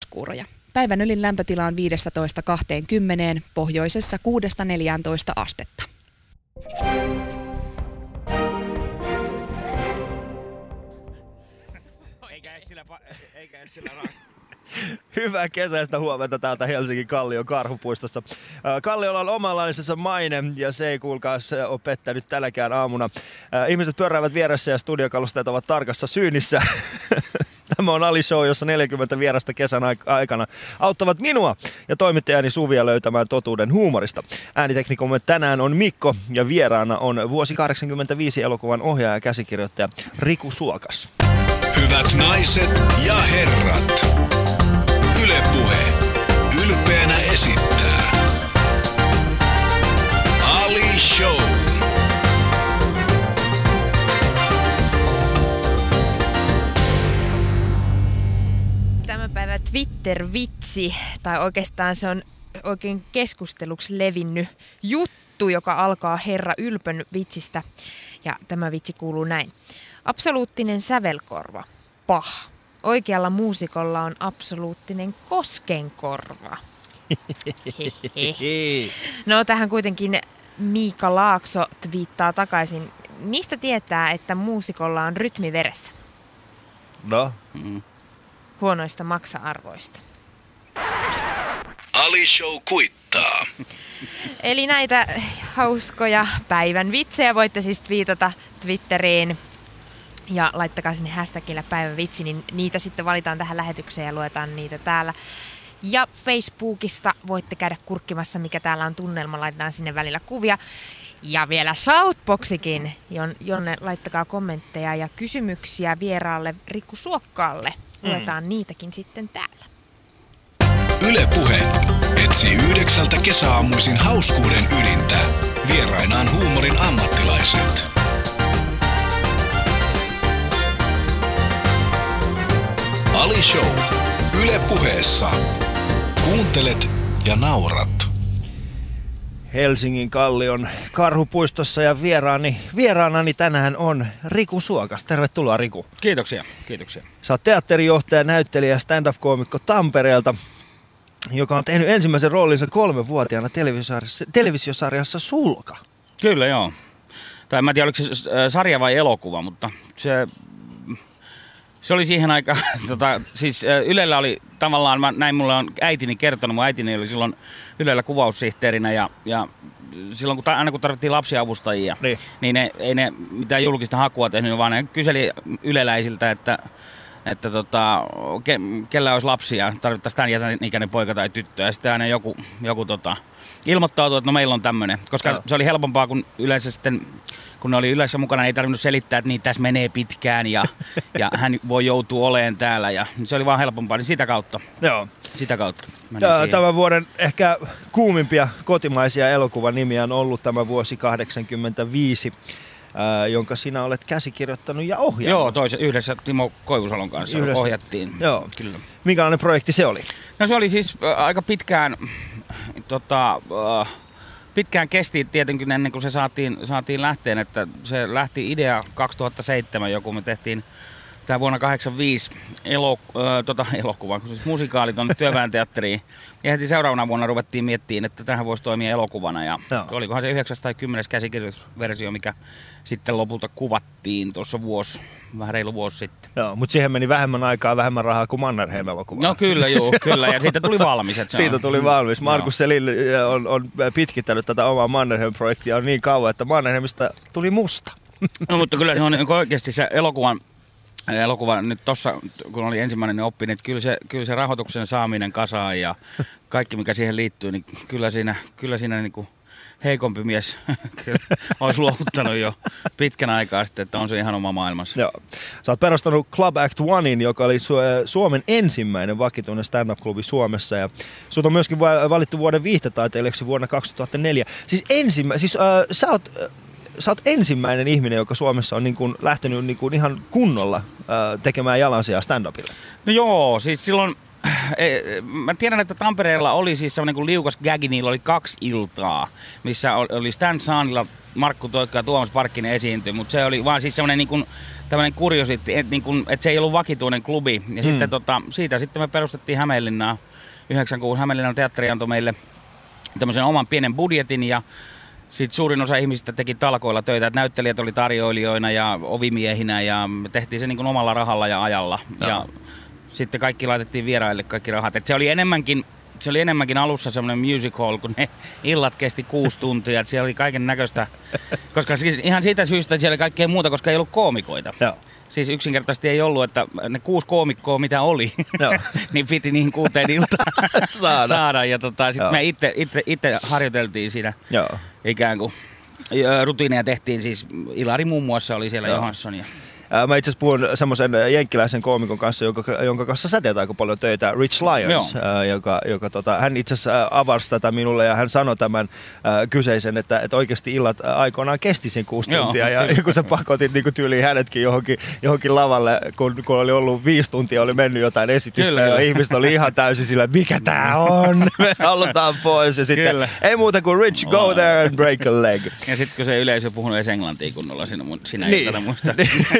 kevätkuuroja. Päivän ylin lämpötila on 15-20, pohjoisessa 6-14 astetta. Eikä sillä Hyvää kesäistä huomenta täältä Helsingin Kallion Karhupuistosta. Kalliolla on omanlaisessa maine ja se ei kuulkaas ole pettänyt tänäkään aamuna. Ihmiset pyöräävät vieressä ja studiokalusteet ovat tarkassa syynissä. Tämä on Ali Show, jossa 40 vierasta kesän aikana auttavat minua ja toimittajani Suvia löytämään totuuden huumorista. Ääniteknikomme tänään on Mikko ja vieraana on vuosi 1985 elokuvan ohjaaja ja käsikirjoittaja Riku Suokas. Hyvät naiset ja herrat, Yle Puhe ylpeänä esittää Ali Show. Tämän päivän Twitter-vitsi, tai oikeastaan se on oikein keskusteluksi levinnyt juttu, joka alkaa Herra Ylpön vitsistä. Ja tämä vitsi kuuluu näin. Absoluuttinen sävelkorva. Pah. Oikealla muusikolla on absoluuttinen koskenkorva. No tähän kuitenkin Miika Laakso twiittaa takaisin. Mistä tietää, että muusikolla on rytmi veressä? No? Huonoista maksa-arvoista. Ali Show kuittaa. Eli näitä hauskoja päivän vitsejä voitte siis twiitata Twitteriin. Ja laittakaa sinne hashtagillä päivän vitsi, niin niitä sitten valitaan tähän lähetykseen ja luetaan niitä täällä. Ja Facebookista voitte käydä kurkkimassa, mikä täällä on tunnelma, laitetaan sinne välillä kuvia. Ja vielä Shoutboxikin, jonne laittakaa kommentteja ja kysymyksiä vieraalle Riku Suokkaalle. Luetaan niitäkin sitten täällä. Yle Puhe etsii 9 kesäaamuisin hauskuuden ydintä. Vierainaan huumorin ammattilaiset. Ali Show. Yle Puheessa. Kuuntelet ja naurat. Helsingin Kallion Karhupuistossa ja vieraanani tänään on Riku Suokas. Tervetuloa Riku. Kiitoksia. Sä oot teatterijohtaja, näyttelijä ja stand-up-koomikko Tampereelta, joka on tehnyt ensimmäisen roolinsa 3-vuotiaana televisiosarjassa Sulka. Kyllä joo. Tai mä en tiedä oliko se sarja vai elokuva, mutta se oli siihen aikaan, siis Ylellä oli tavallaan, näin mulle on äitini kertonut, mun äitini oli silloin Ylellä kuvaussihteerinä ja silloin aina kun tarvittiin lapsiavustajia, niin ei ne mitään julkista hakua tehnyt, vaan ne kyseli yleläisiltä, että kellä olisi lapsia, tarvittaisiin tämän ikäinen poika tai tyttö, ja sitten aina joku ilmoittautui, että no meillä on tämmöinen, koska se oli helpompaa, kun yleensä sitten kun ne oli yleensä mukana, ei tarvinnut selittää, että niin tässä menee pitkään ja hän voi joutua olemaan täällä. Ja se oli vaan helpompaa, niin sitä kautta. Joo. Sitä kautta. Tämän vuoden ehkä kuumimpia kotimaisia elokuvan nimiä on ollut tämä vuosi 1985, jonka sinä olet käsikirjoittanut ja ohjannut. Joo, yhdessä Timo Koivusalon kanssa ohjattiin. Joo. Kyllä. Minkälainen projekti se oli? No se oli siis aika pitkään kesti tietenkin ennen kuin se saatiin lähteen, että se lähti idea 2007, joku me tehtiin tämä vuonna 1985 elokuva, siis musikaali tuonne Työväen teatteriin. Ja heti seuraavana vuonna ruvettiin miettimään, että tähän voisi toimia elokuvana. Ja olikohan se 9. tai 10. käsikirjoitusversio, mikä sitten lopulta kuvattiin tuossa vähän reilu vuosi sitten. Joo, mutta siihen meni vähemmän aikaa, vähemmän rahaa kuin Mannerheim-elokuva. No kyllä, joo, kyllä. Ja siitä tuli valmis. Siitä tuli valmis. Markus Selin on pitkittänyt tätä omaa Mannerheim-projektia niin kauan, että Mannerheimista tuli musta. No mutta kyllä se on oikeasti se elokuva nyt tossa, kun oli ensimmäinen, niin oppi, että kyllä se rahoituksen saaminen kasaan ja kaikki mikä siihen liittyy, niin kyllä siinä niin kuin heikompi mies olisi luovuttanut jo pitkän aikaa sitten, että on se ihan oma maailmassa. Joo. Sä oot perustanut Club Act Onein, joka oli Suomen ensimmäinen vakituinen stand-up-klubi Suomessa, ja sut on myöskin valittu vuoden viihtetaiteilijaksi vuonna 2004. Sä oot ensimmäinen ihminen, joka Suomessa on niin kuin lähtenyt niin kuin ihan kunnolla tekemään jalansijaa stand-upille. No joo, siis silloin mä tiedän, että Tampereella oli siis semmoinen kuin liukas gagi, niillä oli 2 iltaa, missä oli Stan Saanilla, Markku Toikka ja Tuomas Parkkinen esiintyi, mutta se oli vaan siis semmoinen niin kuin tämmöinen kuriositti, että se ei ollut vakituinen klubi. Ja sitten siitä sitten me perustettiin Hämeenlinnaa. 96 Hämeenlinnan teatteri antoi meille tämmöisen oman pienen budjetin ja sitten suurin osa ihmisistä teki talkoilla töitä, että näyttelijät oli tarjoilijoina ja ovimiehinä ja me tehtiin se niin kuin omalla rahalla ja ajalla. No. Ja sitten kaikki laitettiin vieraille kaikki rahat. Et se oli enemmänkin alussa semmoinen music hall, kun ne illat kesti 6 tuntia. Että siellä oli kaiken näköistä, koska siis ihan siitä syystä, että siellä oli kaikkea muuta, koska ei ollut koomikoita. Joo. Siis yksinkertaisesti ei ollut, että ne 6 koomikkoa mitä oli, niin piti niihin 6 iltaan saada. Ja sitten me itse harjoiteltiin siinä ikään kuin rutiineja tehtiin. Siis Ilari muun muassa oli siellä Johansson ja... Mä itse asiassa puhun semmoisen jenkkiläisen koomikon kanssa, jonka kanssa sä teet aika paljon töitä, Rich Lyons, joka hän itse asiassa avasi tätä minulle ja hän sanoi tämän kyseisen, että oikeasti illat aikoinaan kesti sen 6 tuntia ja kun sä pakotit niin tyyliin hänetkin johonkin lavalle, kun oli ollut 5 tuntia, oli mennyt jotain esitystä ja ihmiset oli ihan täysin sillä, että mikä tää on, me halutaan pois ja sitten ei muuta kuin Rich, go there and break a leg. Ja sitten kun se yleisö puhunut edes englantia kunnolla siinä iltana muista.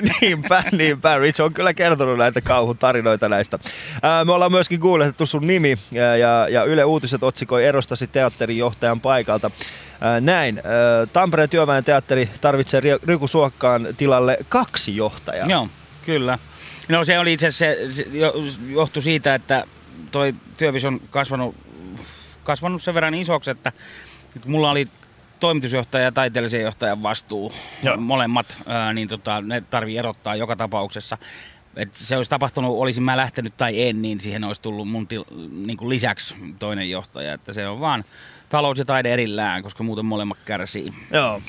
Niinpä. Rich on kyllä kertonut näitä kauhun tarinoita näistä. Me ollaan myöskin kuulettu sun nimi ja Yle Uutiset otsikoi erostasi teatterijohtajan paikalta. Näin. Tampereen työväen teatteri tarvitsee Riku Suokkaan tilalle 2 johtajaa. Joo, kyllä. No se oli itse asiassa, se johtui siitä, että toi työvis on kasvanut sen verran isoksi, että mulla oli toimitusjohtaja ja taiteellisen johtajan vastuu, molemmat, niin ne tarvii erottaa joka tapauksessa. Et se olisi tapahtunut, olisin mä lähtenyt tai en, niin siihen olisi tullut mun niin kuin lisäksi toinen johtaja. Että se on vaan talous ja taide erillään, koska muuten molemmat kärsii. Joo.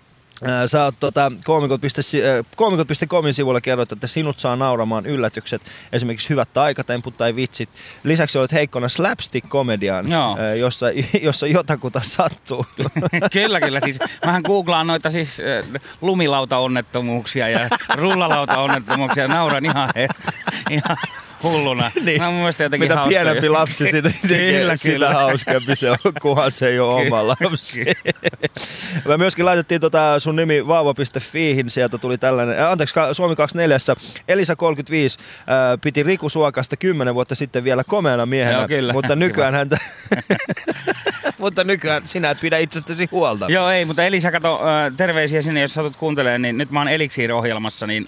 Sä oot koomikot.comin sivulla kerrot, että sinut saa nauramaan yllätykset, esimerkiksi hyvät taikatemput tai vitsit. Lisäksi olet heikkona slapstick-komediaan, jossa jotakuta sattuu. Kyllä. Siis, mähän googlaan noita siis lumilautaonnettomuuksia ja rullalautaonnettomuuksia ja nauran ihan hulluna. Niin. No, mitä pienempi lapsi sitä hauskempi se on, kunhan se ei ole oma lapsi. Me myöskin laitettiin sun nimi vauva.fiihin, sieltä tuli tällainen, Suomi 24, Elisa 35 piti Riku Suokasta 10 vuotta sitten vielä komeana miehenä, mutta nykyään häntä... Mutta nykyään sinä et pidä itsestäsi huolta. Joo, ei, mutta Elisa, kato, terveisiä sinne, jos satut kuuntelemaan, niin nyt mä oon Elixiir-ohjelmassa, niin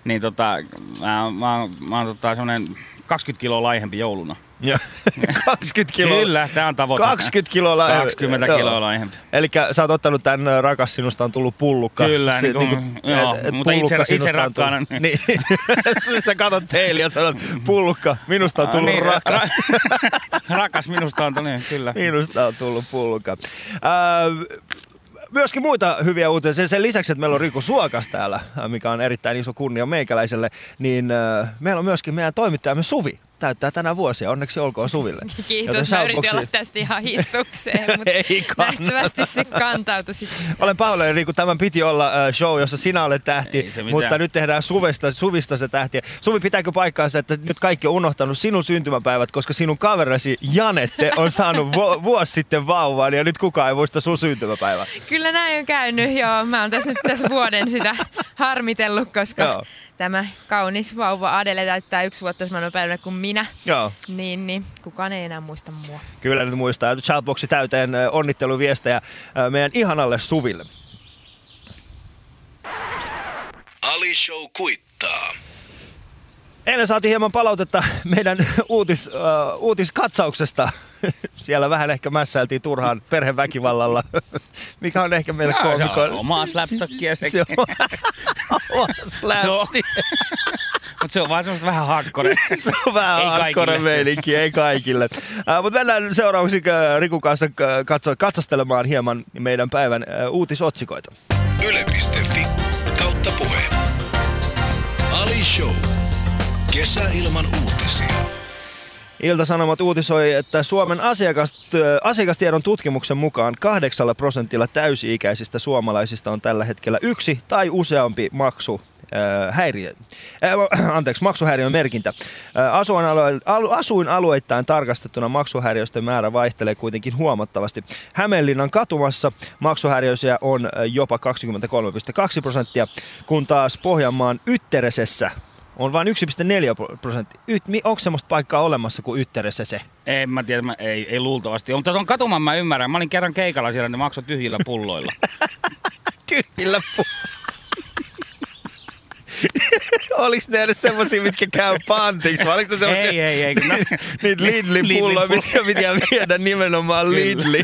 mä oon semmonen 20 kiloa laihempi jouluna. 20 kiloa? Kyllä, tää on tavoite. 20 kiloa laihempi. 20 kiloa laihempi. Elikkä sä oot ottanut tän Rakas, sinusta on tullut pullukka. Kyllä, mutta itse rakkaana. Niin. Sä katot peiliä ja sanot, pullukka, minusta on tullut rakas. Rakas, minusta on tullut, kyllä. Minusta on tullut pullukka. Myöskin muita hyviä uutisia. Sen lisäksi, että meillä on Riku Suokas täällä, mikä on erittäin iso kunnia meikäläiselle, niin meillä on myöskin meidän toimittajamme Suvi. Täyttää tänä vuosia. Onneksi olkoon Suville. Kiitos. Mä yritin olla tästä ihan hissukseen, mutta nähtävästi se kantautui sitten. Olen pahoillani, Riku. Tämän piti olla show, jossa sinä olet tähti, mutta nyt tehdään Suvista se tähti. Suvi, pitääkö paikkaansa, että nyt kaikki on unohtanut sinun syntymäpäivät, koska sinun kaverasi Janette on saanut vuosi sitten vauvan ja nyt kukaan ei muista sun syntymäpäivää? Kyllä näin on käynyt, joo. Mä oon tässä vuoden sitä harmitellut, koska... Tämä kaunis vauva Adele täyttää 1 vuotta samana päivänä kuin minä. Joo. Niin, kukaan ei enää muista mua. Kyllä nyt muistaa. Shoutboxi täyteen onnitteluviestejä meidän ihanalle Suville. Ali Show kuittaa. Eilen saatiin hieman palautetta meidän uutiskatsauksesta. Siellä vähän ehkä mässäiltiin turhaan perheväkivallalla, mikä on ehkä meille koomikoille. Omaa slapstockia sekin. Se on oma slapstick. Mutta se on vaan semmoista vähän hardcore. Se on vähän hardcore meininki, ei kaikille. Mutta mennään seuraavaksi Rikun kanssa katsastelemaan hieman meidän päivän uutisotsikoita. Yle.fi/puhe. Ali Show. Kesä ilman uutisia. Ilta-Sanomat uutisoi, että Suomen asiakastiedon tutkimuksen mukaan 8% täysi-ikäisistä suomalaisista on tällä hetkellä 1 tai useampi maksu maksuhäiriön merkintä. Asuinalueittain tarkastettuna maksuhäiriöisten määrä vaihtelee kuitenkin huomattavasti. Hämeenlinnan katumassa maksuhäiriöisiä on jopa 23,2%, kun taas Pohjanmaan Ytteresessä on vain 1,4%. Onko semmoista paikkaa olemassa kuin Ytteresese? En mä tiedä, ei luultavasti. Mutta tuon katuman mä ymmärrän. Mä olin kerran keikalla siellä, ne maksoi tyhjillä pulloilla. Tyhjillä pulloilla? Oliko ne edes semmosia, mitkä käy pantiksi? Vai oliko ne semmosia? Ei. Niitä Lidlin pulloja, mitkä pitää viedä nimenomaan Lidliin.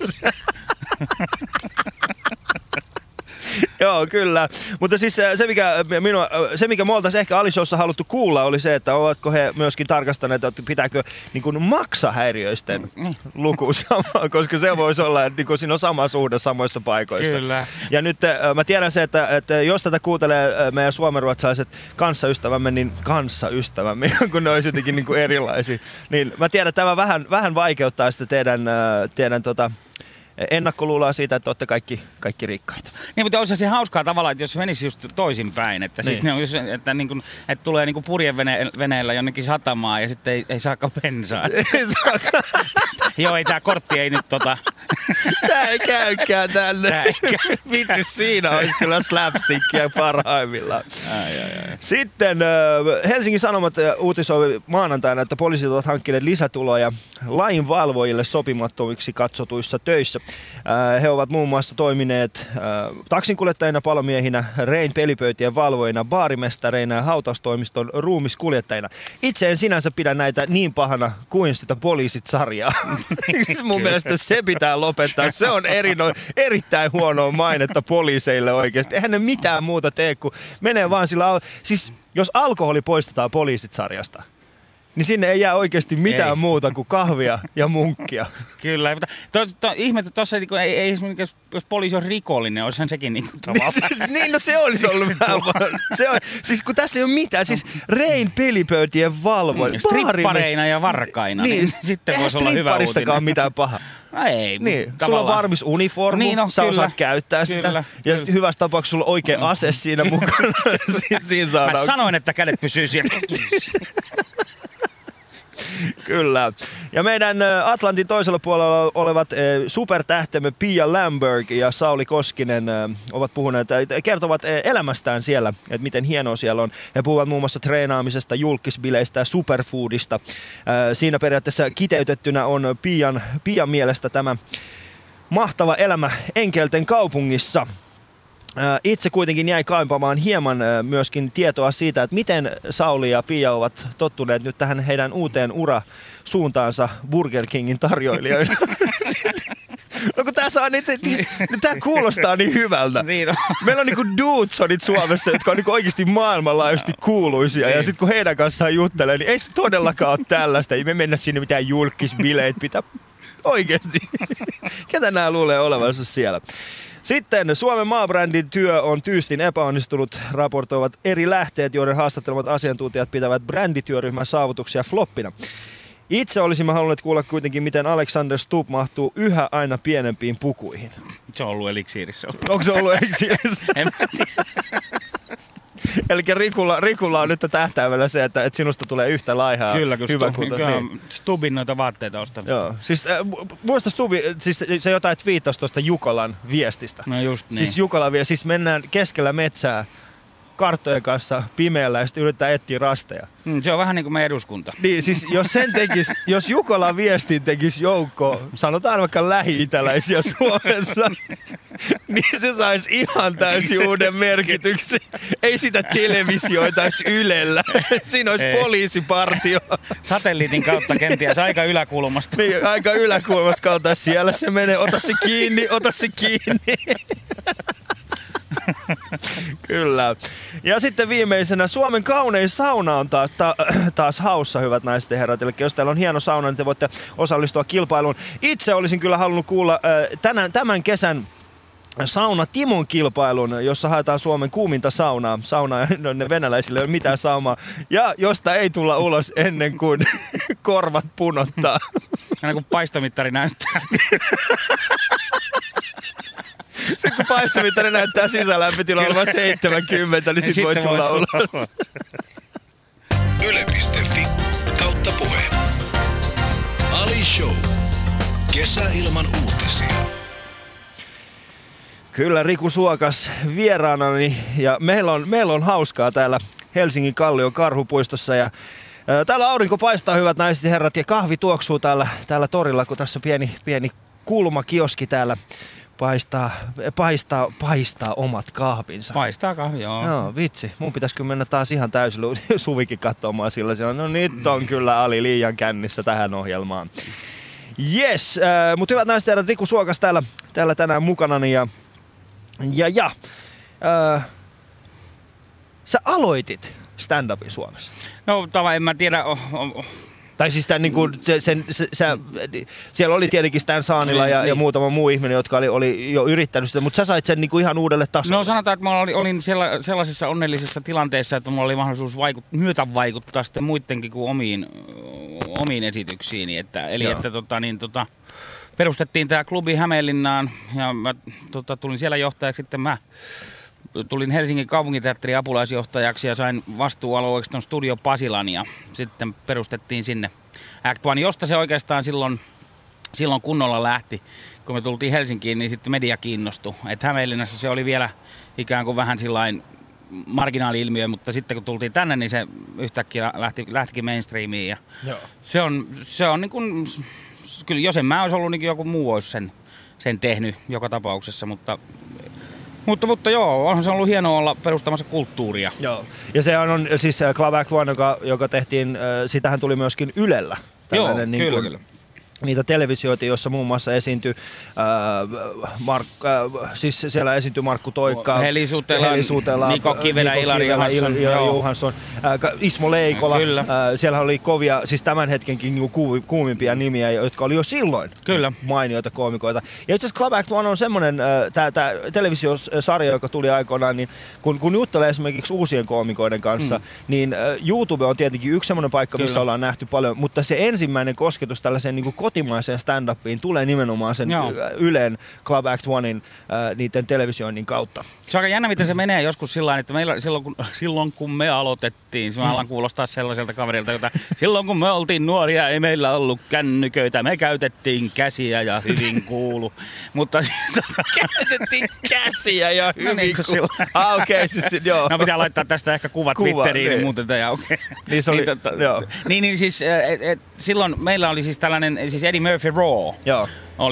Joo, kyllä. Mutta siis se, mikä me oltaisiin ehkä Ali-showssa haluttu kuulla, oli se, että ovatko he myöskin tarkastaneet, että pitääkö niin kuin maksahäiriöisten luku sama, koska se voisi olla, että niin kuin siinä on sama suhde samoissa paikoissa. Kyllä. Ja nyt mä tiedän se, että jos tätä kuuntelee meidän suomenruotsalaiset kanssaystävämme, kun ne olisi jotenkin niin kuin erilaisia, niin mä tiedän, että tämä vähän vaikeuttaa sitä teidän ennakkoluuloa siitä, että olette kaikki rikkaita. Niin, mutta olisi se hauskaa tavallaan, että jos menisi just toisinpäin, että niin. Siis ne on just, että, niin kuin, että tulee niin kuin purjeveneellä jonnekin satamaan ja sitten ei saakaan bensaa. Joo, ei tää kortti ei nyt Tää ei käykään tänne. Vitsi, siinä olisi kyllä slapstickia parhaimmillaan. Sitten Helsingin Sanomat uutisoi maanantaina, että poliisit ovat hankkineet lisätuloja lainvalvojille sopimattomiksi katsotuissa töissä. He ovat muun muassa toimineet taksinkuljettajina, palomiehinä, Rein pelipöytien valvojina, baarimestareina ja hautaustoimiston ruumiskuljettajina. Itse en sinänsä pidä näitä niin pahana kuin sitä Poliisit-sarjaa. Mun mielestä se pitää lopettaa. Se on erittäin huonoa mainetta poliiseille oikeasti. Eihän ne mitään muuta tee, kuin menee vaan sillä... Siis jos alkoholi poistetaan Poliisit-sarjasta, niin sinne ei jää oikeasti mitään muuta kuin kahvia ja munkkia. Kyllä. Ihme, että tuossa ei jos poliisi on rikollinen, olisihan sekin niin kuin tavallaan. Niin, no se olisi ollut vähän. Siis kun tässä ei ole mitään. Siis Rein pelipöytien valvoja. Strippareina ja varkaina. Niin sitten voisi olla hyvä uutinen. Mitään pahaa. No ei. Niin, sulla on varmis uniformu, niin, no, sä osaat käyttää sitä. Ja hyvässä tapauksessa sulla on oikea ase siinä mukana. Siinä saadaan. Mä sanoin, että kädet pysyy siellä. Kyllä. Ja meidän Atlantin toisella puolella olevat supertähtemme Pia Lamberg ja Sauli Koskinen ovat puhuneet, kertovat elämästään siellä, että miten hienoa siellä on. He puhuvat muun muassa treenaamisesta, julkisbileistä ja superfoodista. Siinä periaatteessa kiteytettynä on Pian mielestä tämä mahtava elämä Enkelten kaupungissa. Itse kuitenkin jäi kaipaamaan hieman myöskin tietoa siitä, että miten Sauli ja Pia ovat tottuneet nyt tähän heidän uuteen urasuuntaansa Burger Kingin tarjoilijoina. No kun tää kuulostaa niin hyvältä. Niin on. Meillä on niinku Dudesonit Suomessa, jotka on niinku oikeasti maailmanlaajuisesti kuuluisia. Ja sit kun heidän kanssaan juttelee, niin ei se todellakaan ole tällaista. Ei me mennä sinne mitään julkisbileitä pitää. Oikeasti. Ketä nää luulee olevansa siellä? Sitten Suomen maabrändin työ on tyystin epäonnistunut, raportoivat eri lähteet, joiden haastattelemat asiantuntijat pitävät brändityöryhmän saavutuksia floppina. Itse olisimme halunneet kuulla kuitenkin, miten Alexander Stubb mahtuu yhä aina pienempiin pukuihin. Se on ollut eliksiirissä. Onko se ollut eliksiirissä? En mä tiedä. Eli Rikulla on nyt tähtäimellä se, että sinusta tulee yhtä laihaa. Kyllä, kun niin. Stubbin noita vaatteita ostanut. Joo, siis muista Stubbi, siis se jotain twiittasi tuosta Jukolan viestistä. No just niin. Siis Jukolan siis mennään keskellä metsää karttojen kanssa pimeällä ja sitten yritetään etsiä rasteja. Se on vähän niin kuin meidän eduskunta. Niin, siis jos Jukolan viestin tekisi joukko, sanotaan vaikka lähi-itäläisiä Suomessa, niin se saisi ihan täysin uuden merkityksen. Ei sitä televisioitaisi Ylellä. Siinä olisi poliisipartio. Satelliitin kautta kenties aika yläkulmasta. Niin, aika yläkulmasta kautta. Siellä se menee, ota se kiinni. Kyllä. Ja sitten viimeisenä Suomen kaunein sauna on taas haussa, hyvät naiset ja herrat. Eli jos teillä on hieno sauna, niin te voitte osallistua kilpailuun. Itse olisin kyllä halunnut kuulla tämän kesän Sauna Timon kilpailun, jossa haetaan Suomen kuuminta saunaa. Saunaa, no venäläisille ei ole mitään saumaa. Ja josta ei tulla ulos ennen kuin korvat punottaa. Aina kun paistomittari näyttää. Sitten kun paistamittari näyttää sisälämpötila olevan 70, niin sit voi tulla ulos. Yle.fi/puhe. Ali Show. Kesäilman uutisia. Kyllä, Riku Suokas vieraanani ja meillä on hauskaa täällä Helsingin Kallion Karhupuistossa ja täällä aurinko paistaa, hyvät naiset ja herrat, ja kahvi tuoksuu täällä torilla, kun tässä pieni kulmakioski täällä paistaa omat kahvinsa. Paistaa kahvi, joo. No vitsi, mun pitäisikö mennä taas ihan täysin Suvikin katsomaan sillä. No nyt on kyllä Ali liian kännissä tähän ohjelmaan. Yes, mutta hyvät naiset ja herrat, Riku Suokas täällä tänään mukanani ja sä aloitit stand-upin Suomessa. No en mä tiedä. Tai siis tämän, niin kuin, siellä oli tietenkin Stan Saanila ja muutama muu ihminen, jotka oli jo yrittänyt sitä, mutta sä sait sen niin kuin ihan uudelle tasolle. No sanotaan, että mä olin sellaisessa onnellisessa tilanteessa, että mulla oli mahdollisuus myötävaikuttaa sitten muidenkin kuin omiin esityksiini. Että perustettiin tämä klubi Hämeenlinnaan ja mä tulin siellä johtajaksi. Sitten mä tulin Helsingin kaupunginteatterin apulaisjohtajaksi ja sain vastuualueeksi ton Studio Pasilan ja sitten perustettiin sinne Act One, josta se oikeastaan silloin kunnolla lähti. Kun me tultiin Helsinkiin, niin sitten media kiinnostui. Et Hämeenlinnassa se oli vielä ikään kuin vähän sillain marginaali-ilmiö, mutta sitten kun tultiin tänne, niin se yhtäkkiä lähtikin mainstreamiin. Ja se on niin kuin, kyllä jos en mä olisi ollut, niin joku muu olisi sen tehnyt joka tapauksessa, mutta joo, onhan se ollut hienoa olla perustamassa kulttuuria. Joo, ja se on siis Club Act One, joka tehtiin, sitähän tuli myöskin Ylellä. Joo, kyllä. Niitä televisioita, joissa muun muassa esiintyi, siis siellä esiintyi Markku Toikka, Heli Sutela, Niko Kivelä, Ilari Johansson, Ismo Leikola. Siellä oli kovia, siis tämän hetkenkin kuumimpia nimiä, jotka oli jo silloin mainioita koomikoita. Ja itse asiassa Club Act One on semmoinen tää televisiosarja, joka tuli aikoinaan, niin kun juttelee esimerkiksi uusien koomikoiden kanssa, niin YouTube on tietenkin yksi semmoinen paikka, missä ollaan nähty paljon, mutta se ensimmäinen kosketus tällaiseen niin kotimaiseen stand-upiin tulee nimenomaan sen Ylen Club Act Onein niiden televisioinnin kautta. Se on aika jännä, miten se menee joskus sillain, että meillä silloin kun me aloitettiin, se alan kuulostaa sellaiselta kaverilta, jota silloin kun me oltiin nuoria, ei meillä ollut kännyköitä, me käytettiin käsiä ja hyvin kuulu. Mutta siis käytettiin käsiä ja hyvin kuulu. Okei, siis joo. No pitää laittaa tästä ehkä kuvat Twitteriin, niin muuten tämä okei. Niin se oli, joo. Niin siis silloin meillä oli siis tällainen, siis Eddie Murphy Raw. Joo.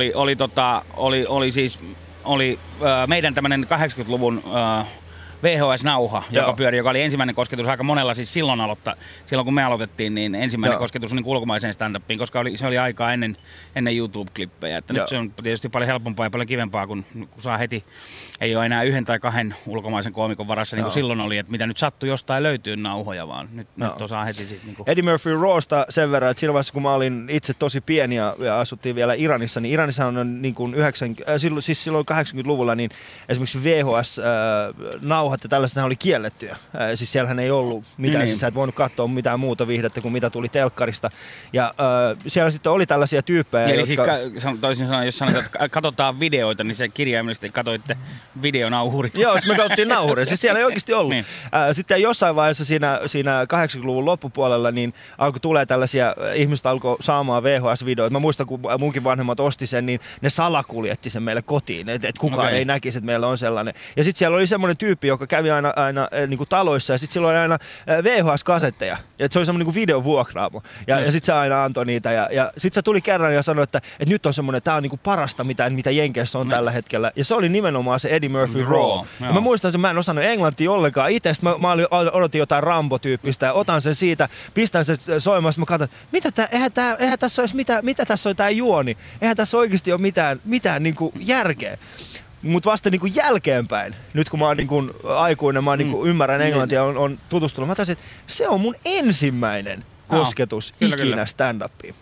Oli meidän tämmönen 80-luvun VHS-nauha, joka oli ensimmäinen kosketus aika monella, siis silloin kun me aloitettiin, niin ensimmäinen kosketus niin ulkomaiseen stand-upiin, koska se oli aikaa ennen YouTube-klippejä. Että nyt se on tietysti paljon helpompaa ja paljon kivempaa, kun saa heti, ei ole enää yhden tai kahden ulkomaisen koomikon varassa, niin kuin silloin oli, että mitä nyt sattui jostain löytyy nauhoja, vaan nyt osaa heti siis. Niin kuin Eddie Murphy Rawsta sen verran, että siinä vaiheessa, kun mä olin itse tosi pieni ja asuttiin vielä Iranissa, niin Iranissa on niin kuin silloin 80-luvulla, niin esimerkiksi VHS-nauhat ja tällaiset oli kiellettyjä. Siis siellähän ei ollut mitään, siis sä et voinut katsoa mitään muuta viihdettä kuin mitä tuli telkkarista. Ja siellä sitten oli tällaisia tyyppejä, eli jotka siis toisin sanoen, jos sanotaan, että katsotaan videoita, niin se kirjaimellisesti katsoitte videonauhurit. Joo, siis me katsottiin nauhuria. Siis siellä ei oikeasti ollut. Niin. Sitten jossain vaiheessa siinä 80-luvun loppupuolella niin alkoi tulee tällaisia, ihmiset alkoi saamaan VHS-videoita. Mä muistan, kun munkin vanhemmat osti sen, niin ne salakuljetti sen meille kotiin, että kukaan ei näkisi, että meillä on sellainen. Ja sitten siellä oli semmoinen tyyppi, joka kävi aina niin kuin taloissa ja sitten sillä oli aina VHS-kasetteja. Ja se oli semmoinen niin kuin videovuokraamo. Ja sitten se aina antoi niitä. Ja sitten se tuli kerran ja sanoi, että nyt on semmoinen, tämä on niin kuin parasta, mitä Jenkeissä on tällä hetkellä. Ja se oli nimenomaan se Eddie Murphy Raw. Ja mä muistan sen, mä en osannut englantia ollenkaan itse. Mä odotin jotain Rambo-tyyppistä ja otan sen siitä, pistän sen soimaan. Mä katson, että eihän tässä olisi mitä tässä on tää juoni. Eihän tässä oikeasti ole mitään niin kuin järkeä. Mutta vasta niinku jälkeenpäin, nyt kun mä oon niinku aikuinen, mä niinku ymmärrän englantia ja on tutustunut, mä taisin, että se on mun ensimmäinen kosketus ikinä stand-upiin.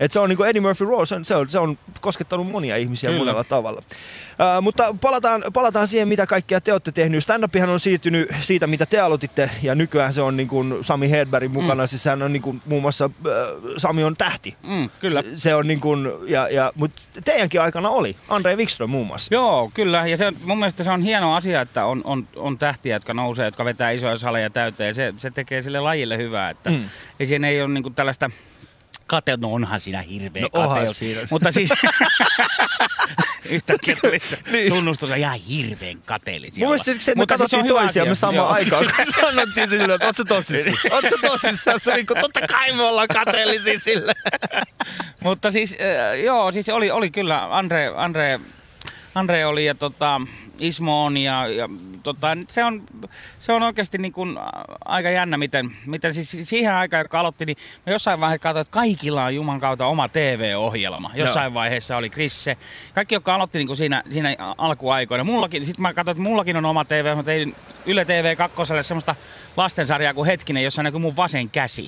Et se on niinku Eddie Murphy Raw, se on koskettanut monia ihmisiä monella tavalla. Mutta palataan siihen, mitä kaikkea te olette tehnyt. Stand-upihan on siirtynyt siitä, mitä te aloititte, ja nykyään se on niin kuin Sami Hedbergin mukana. Siis sehän on niin kuin, muun muassa Sami on tähti. Kyllä. Se on niin kuin, mutta teidänkin aikana oli Andre Wikström muun muassa. Joo, kyllä. Ja mun mielestä se on hieno asia, että on tähtiä, jotka nousee, jotka vetää isoja saleja täyteen. Se tekee sille lajille hyvää. Että ei siinä ei ole niin kuin tällaista kateus. No onhan siinä hirveä kateus. Mutta siis yhtäkkiä tuli tunnustus ihan hirveän kateellisia. Mun mielestä se, että me katsottiin toisiamme samaan aikaan, kun sanottiin sille, että oot sä tosissaan? Oot sä tosissaan? Se oli, totta kai me ollaan kateellisia sille. Mutta siis, joo, siis oli kyllä. Andre oli ja Ismo on ja se on oikeasti niin kuin aika jännä, miten siis siihen aikaan, joka aloitti, niin mä jossain vaiheessa katsoin, että kaikilla on Juman kautta oma TV-ohjelma. Jossain vaiheessa oli Krisse. Kaikki, jotka aloitti niin kuin siinä alkuaikoina. Sitten mä katsoin, että mullakin on oma TV. Mä tein Yle TV 2 semmoista lastensarjaa kuin Hetkinen, jossa näkyy mun vasen käsi.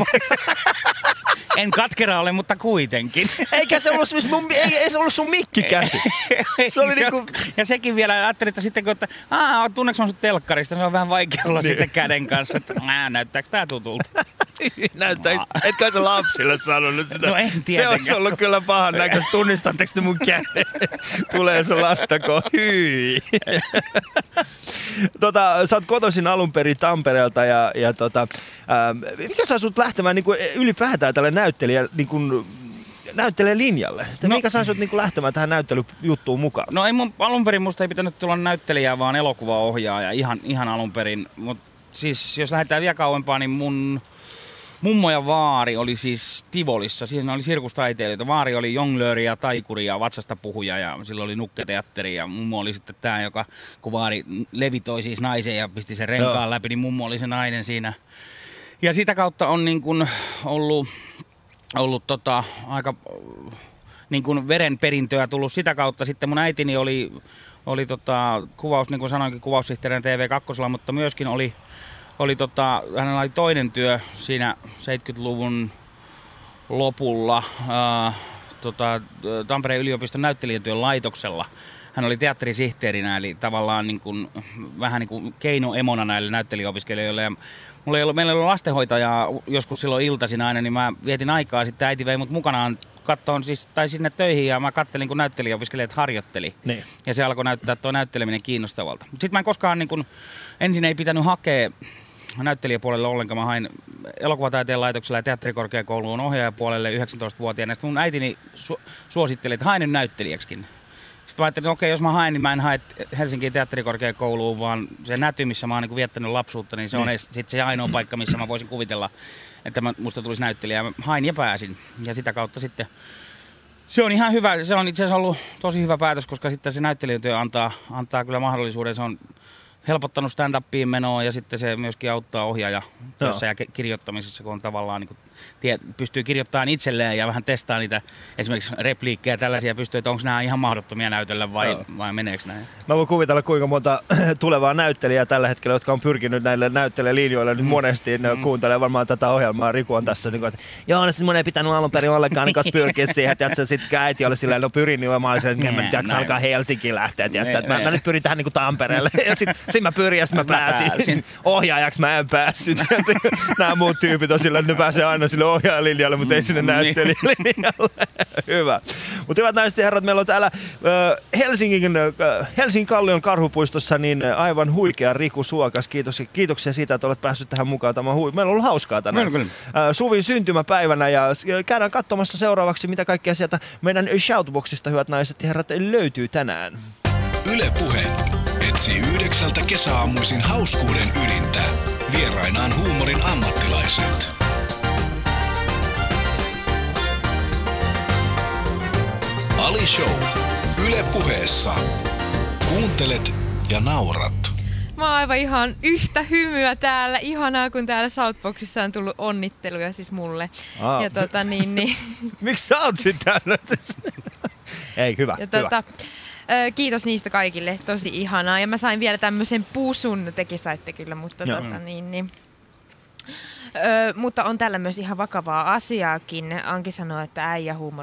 En katkera ole, mutta kuitenkin. Eikä se ollut sun mikkikäsi. Se oli niinku... Ja sekin vielä ajattelin, että sitten kun, tunneeko mä sun telkkarista, se on vähän vaikea olla sitten käden kanssa, että näyttääkö tää tutulta? Näyttää, etkä se lapsille sanonut sitä. No en tietenkään. Se olisi ollut kyllä pahan näköistä. Tunnistatteko te mun käden? Tulee se lastako. Hyi. Sä oot kotoisin alun perin Tampereelta ja mikä saa sut lähtemään niin kuin ylipäätään tälle näyttelijälinjalle? Mikä saa sut niin lähtemään tähän näyttelyjuttuun mukaan? No ei alun perin musta ei pitänyt tulla näyttelijää, vaan elokuvaohjaaja ihan alun perin. Mut siis jos lähdetään vielä kauempaa, niin mun mummo ja vaari oli siis Tivolissa. Siinä oli sirkustaiteilijoita. Vaari oli jonglööri ja taikuri ja vatsasta puhuja ja silloin oli nukketeatteri. Ja mummo oli sitten tämä, joka kun vaari levitoi siis naisen ja pisti sen renkaan läpi, niin mummo oli se nainen siinä. Ja sitä kautta on niin kuin ollut aika niin kuin verenperintöä tullut sitä kautta. Sitten mun äitini oli kuvaus, niin kuin sanoinkin, kuvaussihteerinä TV2, mutta myöskin hänellä oli toinen työ siinä 70-luvun lopulla Tampereen yliopiston näyttelijätyön laitoksella. Hän oli teatterisihteerinä, eli tavallaan niin kuin, vähän niin kuin keinoemona näille näyttelijäopiskelijoille. Ja meillä ei ollut lastenhoitajaa joskus silloin iltaisin aina, niin mä vietin aikaa. Sitten äiti vei mut mukanaan kattoon tai sinne töihin ja mä kattelin, kun näyttelijäopiskelijat harjoitteli. Niin. Ja se alkoi näyttää tuo näytteleminen kiinnostavalta. Sitten mä en koskaan, niin kun, ensin ei pitänyt hakea näyttelijäpuolelle ollenkaan. Mä hain elokuvataiteen laitoksella ja teatterikorkeakouluun ohjaajapuolelle 19-vuotiaana. Sitten mun äitini suositteli, että hain nyt näyttelijäksikin. Sitten mä ajattelin, että okei, jos mä haen, niin mä en hae Helsingin teatterikorkeakouluun, vaan se Näty, missä mä oon niin viettänyt lapsuutta, niin se on sitten se ainoa paikka, missä mä voisin kuvitella, että musta tulisi näyttelijä. Mä hain ja pääsin. Ja sitä kautta sitten se on ihan hyvä. Se on itse asiassa ollut tosi hyvä päätös, koska sitten se näyttelijätyö antaa kyllä mahdollisuuden. Se on helpottanut stand-upiin menoa ja sitten se myöskin auttaa ohjaajatyössä ja kirjoittamisessa, kun on tavallaan niin kuin, pystyy kirjoittamaan itselleen ja vähän testaa niitä esimerkiksi repliikkejä tällaisia pystyy, että onko nämä ihan mahdottomia näytellä vai meneekö näin. Mä voin kuvitella, kuinka monta tulevaa näyttelijää tällä hetkellä, jotka on pyrkinyt näille näyttelijälinjoille nyt monesti, ne kuuntelee varmaan tätä ohjelmaa. Riku on tässä, niin että joo, no mun ei pitänyt alun perin ollenkaan niin pyrkiä siihen, että sitten äiti oli silleen, no pyrin, niin mä olin sen, että alkaa Helsinkiin lähteä, että mä nyt pyrin tähän niin kuin Tampereelle. Ja sitten mä pyrin ja sitten mä pääsin. Ohjaajaksi mä en päässyt. Nämä muut tyypit on sillä, että ne pääsee aina sille ohjaajalinjalle, mutta ei sinne näyttelijälinjalle. Hyvä. Mutta hyvät naiset ja herrat, meillä on täällä Helsingin Kallion Karhupuistossa niin aivan huikea Riku Suokas. Kiitoksia siitä, että olet päässyt tähän mukaan. Meillä on ollut hauskaa tänään. Suvin syntymäpäivänä ja käydään katsomassa seuraavaksi, mitä kaikkea sieltä meidän shoutboxista, hyvät naiset ja herrat, löytyy tänään. Yle Puhe etsii 9 kesäaamuisin hauskuuden ydintä. Vierainaan huumorin ammattilaiset. Ali Show. Yle Puheessa. Kuuntelet ja naurat. Mä oon aivan ihan yhtä hymyä täällä. Ihanaa, kun täällä Shoutboxissa on tullut onnitteluja siis mulle. Ja niin. Miksi sä oot sit täällä? Ei, hyvä. Ja kiitos niistä kaikille, tosi ihanaa. Ja mä sain vielä tämmöisen pusun, tekin saitte kyllä, mutta Mutta on tällä myös ihan vakavaa asiaakin. Anki sanoo, että äijä huumoria, ...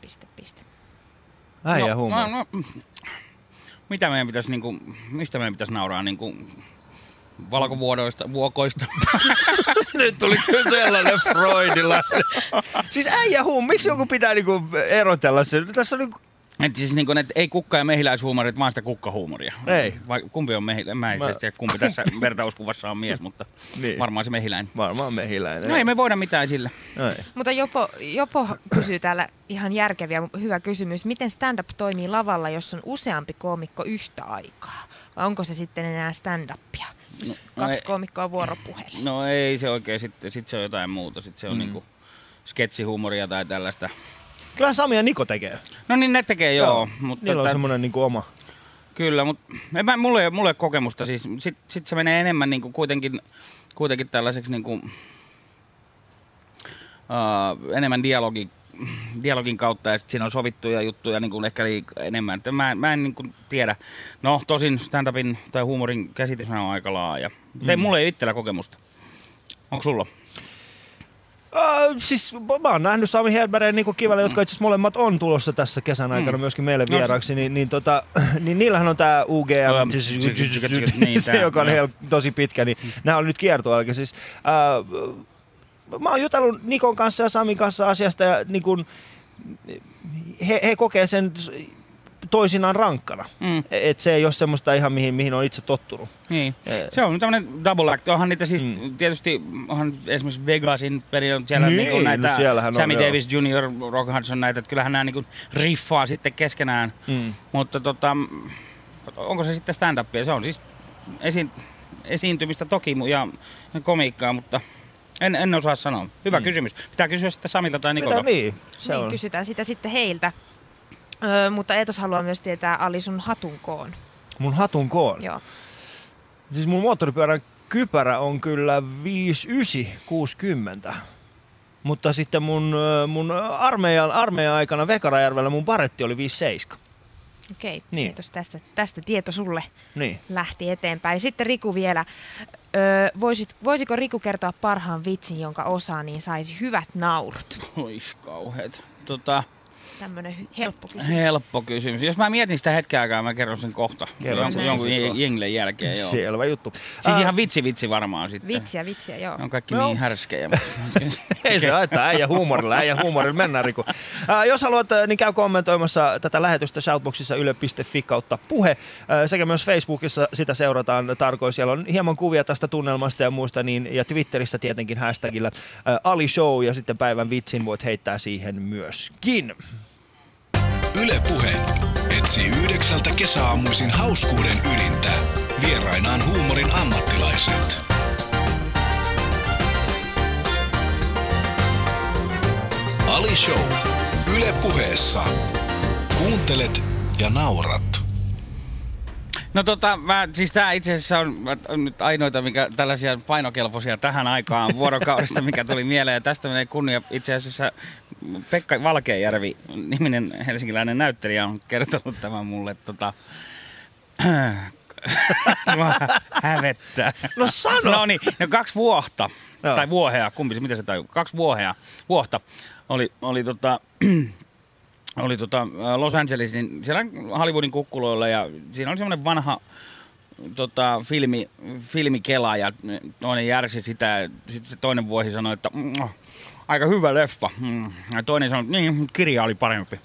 Äijä huumori. Mitä meidän pitäisi, mistä meidän pitäisi nauraa? Valkovuokoista. Nyt tuli kyllä sellainen freudilainen. Siis äijä huumori, miksi joku pitää erotella sen? Tässä on Että siis että ei kukka- ja mehiläishuumorit, vaan sitä kukkahuumoria. Ei. Vai kumpi on mehiläinen? Mä en tiedä, kumpi tässä vertauskuvassa on mies, mutta niin. Varmaan se mehiläinen. Varmaan mehiläinen. No ei me voida mitään sillä. Ei. Mutta Jopo kysyy täällä ihan järkeviä, hyvä kysymys. Miten stand-up toimii lavalla, jos on useampi koomikko yhtä aikaa? Vai onko se sitten enää stand-upia? Kaksi koomikkoa vuoropuhelin. No ei se oikein, sitten se on jotain muuta. Sitten se on sketsihuumoria tai tällaista. Kyllä Sami ja Niko tekee. No niin, ne tekee joo. Mutta niillä on semmoinen oma. Kyllä, mutta mulla ei ole kokemusta. Siis, sit se menee enemmän kuitenkin tällaiseksi enemmän dialogin kautta ja sitten siinä on sovittuja juttuja ehkä enemmän. Mä en tiedä. No tosin stand-upin tai huumorin käsitys on aika laaja. Mulla ei itsellä kokemusta. Onko sulla? Siis mä oon nähnyt Sami Hedberg ja Kivelä, jotka itse asiassa molemmat on tulossa tässä kesän aikana myöskin meille vieraaksi, niin niillähän on tää UGM, se joka on tosi pitkä, niin nämä on nyt kiertueella. Siis, mä oon jutellut Nikon kanssa ja Samin kanssa asiasta ja he kokee sen toisinaan rankkana. Että se ei ole semmoista ihan mihin on itse tottunut. Niin. Se on tämmöinen double act. Onhan niitä siis tietysti esimerkiksi Vegasin periaatteessa siellä on näitä Sammy Davis Jr., Rock Hudson näitä, että kyllähän nämä riffaa sitten keskenään. Mutta onko se sitten stand-upia? Se on siis esiintymistä toki ja komiikkaa, mutta en osaa sanoa. Hyvä kysymys. Pitää kysyä sitten Samilta tai Nikolta. Niin, kysytään sitä sitten heiltä. Mutta Eetos haluaa myös tietää, Ali, sun hatun koon. Mun hatun koon? Joo. Siis mun moottoripyörän kypärä on kyllä 5960. Mutta sitten mun armeijan aikana Vekarajärvellä mun baretti oli 57. Okei, kiitos tästä tieto sulle lähti eteenpäin. Sitten Riku vielä. Voisiko Riku kertoa parhaan vitsin, jonka osaa, niin saisi hyvät naurut? Oi kauheet. Tämmönen helppo kysymys. Helppo kysymys. Jos mä mietin sitä hetken aikaa, mä kerron sen kohta. Jonkun jenglen jälkeen, joo. Selvä juttu. Siis ihan vitsi varmaan sitten. Vitsiä, joo. On kaikki niin härskejä. Ei se haittaa, äijä huumorilla mennään, Riku. Jos haluat, niin käy kommentoimassa tätä lähetystä shoutboxissa yle.fi/puhe. Sekä myös Facebookissa sitä seurataan tarkoin. Siellä on hieman kuvia tästä tunnelmasta ja muista, ja Twitterissä tietenkin hashtagillä Ali Show, ja sitten päivän vitsin voit heittää siihen myöskin. Yle Puhe etsii 9 kesäaamuisin hauskuuden ydintä. Vierainaan huumorin ammattilaiset. Ali Show. Yle Puheessa. Kuuntelet ja naurat. No siis tää itse asiassa on nyt ainoita tällaisia painokelpoisia tähän aikaan vuorokaudesta, mikä tuli mieleen. Ja tästä menee kunnia itse asiassa Pekka Valkeajärvi, niminen helsinkiläinen näyttelijä, on kertonut tämän mulle. Hävettää. No sano! No niin, 2 vuohta, tai vuohea, kumpi se, mitä se tajuu? 2 vuohta oli Los Angelesin, siellä Hollywoodin kukkuloilla, ja siinä oli semmoinen vanha filmikela ja toinen järsi sitä ja sitten se toinen vuohi sanoi, että aika hyvä leffa. Ja toinen sanoi, että niin, kirja oli parempi.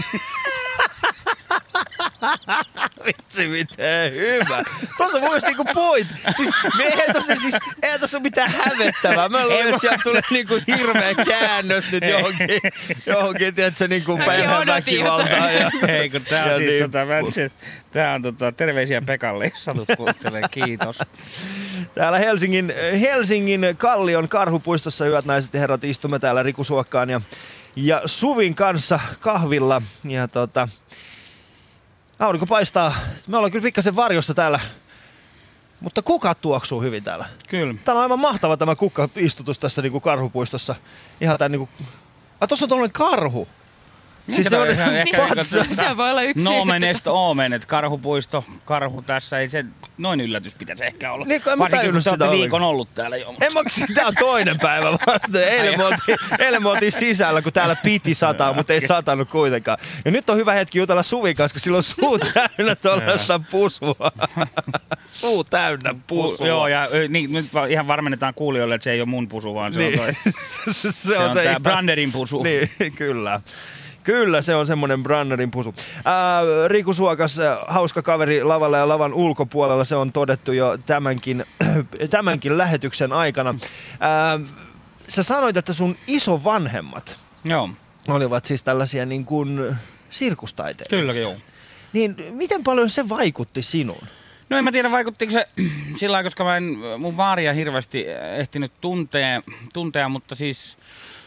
Vitsi, miten hyvä. Tuossa on mun mielestä point. Siis eihän tossa ole mitään hävettävää. Mä luulen, että sieltä tulee hirveä käännös nyt johonkin tiedätkö, perheväkivaltaan. Ei, kun tää on siis tää on terveisiä Pekalle, jos satut kuuntelemaan. Kiitos. Täällä Helsingin Kallion Karhupuistossa, hyvät naiset ja herrat, istumme täällä Riku Suokkaan ja Suvin kanssa kahvilla. Ja aurinko paistaa. Me ollaan kyllä pikkasen varjossa täällä, mutta kukat tuoksuu hyvin täällä. Kyllä. Täällä on aivan mahtava tämä kukkaistutus tässä Karhupuistossa. Ihan tää tossa on tollanen karhu. Siis se on Se voi olla yksi. Nomen est omen, että karhupuisto, karhu tässä, ei se noin yllätys pitäisi ehkä olla. Niin, varsinkin kun te olette viikon ollut täällä jo. Tämä on toinen päivä vasta. Eilen me oltiin sisällä, kun täällä piti sataa, mutta ei satanut kuitenkaan. Ja nyt on hyvä hetki jutella Suvin kanssa, kun sillä on suu täynnä tuollaista pusua. Suu täynnä pusua. Joo, ja niin, nyt ihan varmennetaan kuulijoille, että se ei ole mun pusu, vaan se on toi. se on tää Branderin pusu. Niin, kyllä. Kyllä, se on semmoinen Branderin pusu. Riku Suokas, hauska kaveri lavalla ja lavan ulkopuolella, se on todettu jo tämänkin lähetyksen aikana. Sä sanoit, että sun isovanhemmat olivat siis tällaisia niin kuin sirkustaiteilijoita. Kyllä, joo. Niin miten paljon se vaikutti sinuun? No en mä tiedä, vaikuttiko se sillä lailla, koska mä en mun vaaria hirveästi ehtinyt tuntea, mutta siis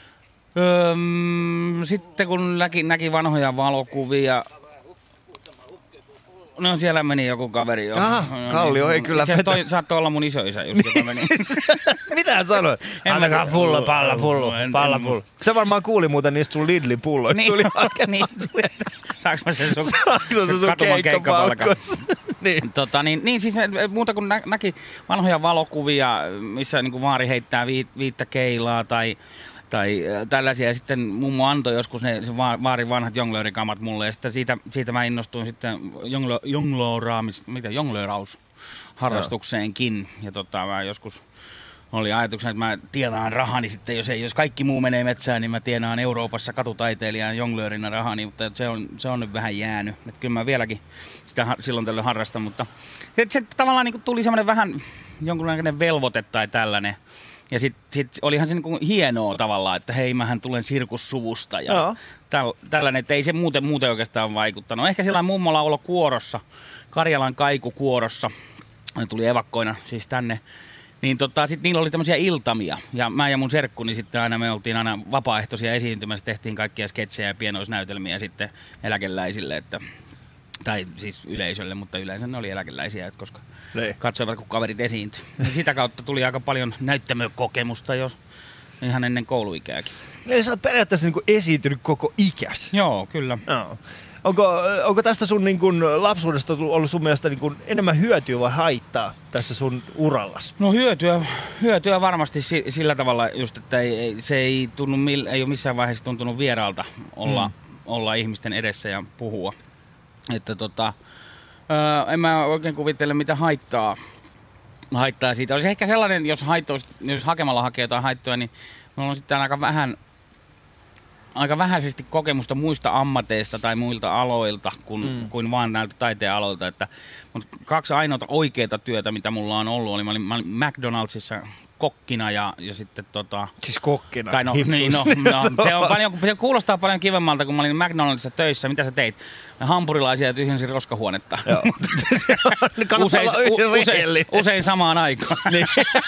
sitten kun näki vanhoja valokuvia, no siellä meni joku kaveri jo. Aha, Kallio ei kyllä petä. Toi saattoi olla mun isoisä just, joka meni. Mitä hän sanoi? Antakaa pullo, pullo. Se varmaan kuuli muuten niistä sun Lidlin pulloista. Niin, tuli saanko mä sen sun keikkapalkkoissa? Niin siis muuta kuin näki vanhoja valokuvia, missä niin kuin vaari heittää viittä keilaa tai tällaisia. Sitten mummo antoi joskus ne vaarin vanhat jonglöörikamat mulle ja sitten siitä mä innostuin sitten jonglöörausharrastukseenkin. Ja mä joskus oli ajatuksena, että mä tienaan rahani sitten, jos kaikki muu menee metsään, niin mä tienaan Euroopassa katutaiteilijan jonglöörinä rahani, mutta se on nyt vähän jäänyt. Että kyllä mä vieläkin sitä silloin tällöin harrastan, mutta se tavallaan niin tuli semmoinen vähän jonkunlainen velvoite tai tällainen. Ja sit olihan se niinku hienoa tavallaan, että hei, mähän tulen sirkussuvusta ja tällainen, että ei se muuten oikeastaan vaikuttanut. Ehkä sellainen mummo laulo kuorossa, Karjalan kaikukuorossa, ne tuli evakkoina siis tänne, niin sit niillä oli tämmöisiä iltamia. Ja mä ja mun serkkuni sitten aina, me oltiin aina vapaaehtoisia esiintymässä, tehtiin kaikkia sketsejä ja pienoisnäytelmiä sitten eläkeläisille, tai siis yleisölle, mutta yleensä ne oli eläkeläisiä, koska katsoivat, kun kaverit esiintyi. Ja sitä kautta tuli aika paljon näyttämökokemusta jo ihan ennen kouluikääkin. Eli sä oot periaatteessa niin kuin esiintynyt koko ikäs. Joo, kyllä. No. Onko tästä sun niin kuin lapsuudesta ollut sun mielestä niin kuin enemmän hyötyä vai haittaa tässä sun urallas? No hyötyä varmasti sillä tavalla just, että se ei ole missään vaiheessa tuntunut vieraalta olla ihmisten edessä ja puhua. Että en mä oikein kuvittele mitä haittaa siitä. Olisi ehkä sellainen, jos hakemalla hakee jotain haittoja, niin minulla on sitten aika vähäisesti kokemusta muista ammateista tai muilta aloilta kuin vaan näiltä taiteen aloilta. Mutta 2 ainoata oikeaa työtä, mitä mulla on ollut, oli mä olin McDonaldsissa kokkina ja sitten Siis kokkina? Tai se kuulostaa paljon kivemmalta, kun mä olin McDonaldsissa töissä. Mitä sä teit? Hampurilaisia tyhjensin roskahuonetta. Joo. usein samaan aikaan. Niin.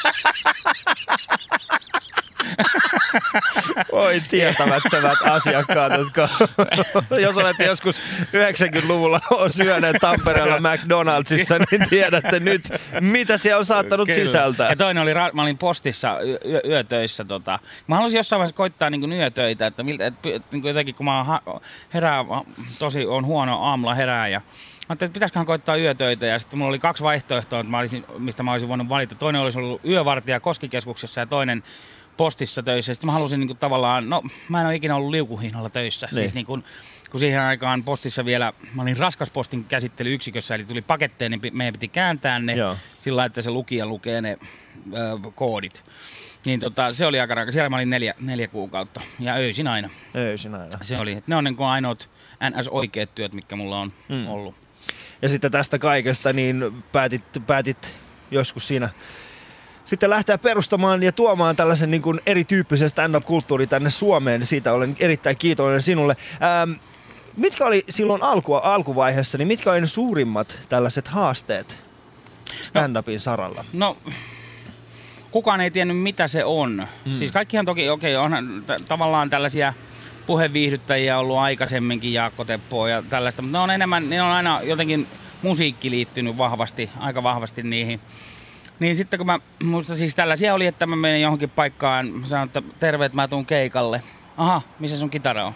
Oi tietämättömät asiakkaat, jotka jos olette joskus 90-luvulla syöneet Tampereella McDonaldsissa, niin tiedätte nyt, mitä siellä on saattanut sisältää. Ja toinen oli, mä olin postissa yötöissä. Mä halusin jossain vaiheessa koittaa niin yötöitä, että niin jotenkin kun mä on huono aamulla herää ja mä ajattelin, että pitäisiköhän koittaa yötöitä ja sitten mulla oli 2 vaihtoehtoa, mistä mä olisin voinut valita. Toinen olisi ollut yövartija Koskikeskuksessa ja toinen postissa töissä. Sitten mä halusin niin tavallaan, mä en ole ikinä ollut liukuhihnalla töissä. Niin. Siis niin kun siihen aikaan postissa vielä, mä olin raskaspostin käsittelyyksikössä, eli tuli paketteja, niin meidän piti kääntää ne sillä että se lukija lukee ne koodit. Niin se oli aika raaka. Siellä mä olin 4 kuukautta ja öisin aina. Se oli. Ne on niin kuin ainoat NS-oikeat työt, mitkä mulla on ollut. Ja sitten tästä kaikesta niin päätit joskus siinä sitten lähteä perustamaan ja tuomaan tällaisen niin kuin erityyppisen stand-up-kulttuurin tänne Suomeen. Siitä olen erittäin kiitollinen sinulle. Mitkä oli silloin alkuvaiheessa, niin mitkä oli ne suurimmat tällaiset haasteet stand-upin saralla? No, kukaan ei tiennyt mitä se on. Siis kaikkihan toki, onhan tavallaan tällaisia puheviihdyttäjiä ollut aikaisemminkin, Jaakko Teppoa ja tällaista, mutta ne on aina jotenkin musiikki liittynyt aika vahvasti niihin. Niin sitten kun musta siis tällaisia oli, että mä menin johonkin paikkaan, mä sanoin, että terve, että mä tuun keikalle. Aha, missä sun kitara on?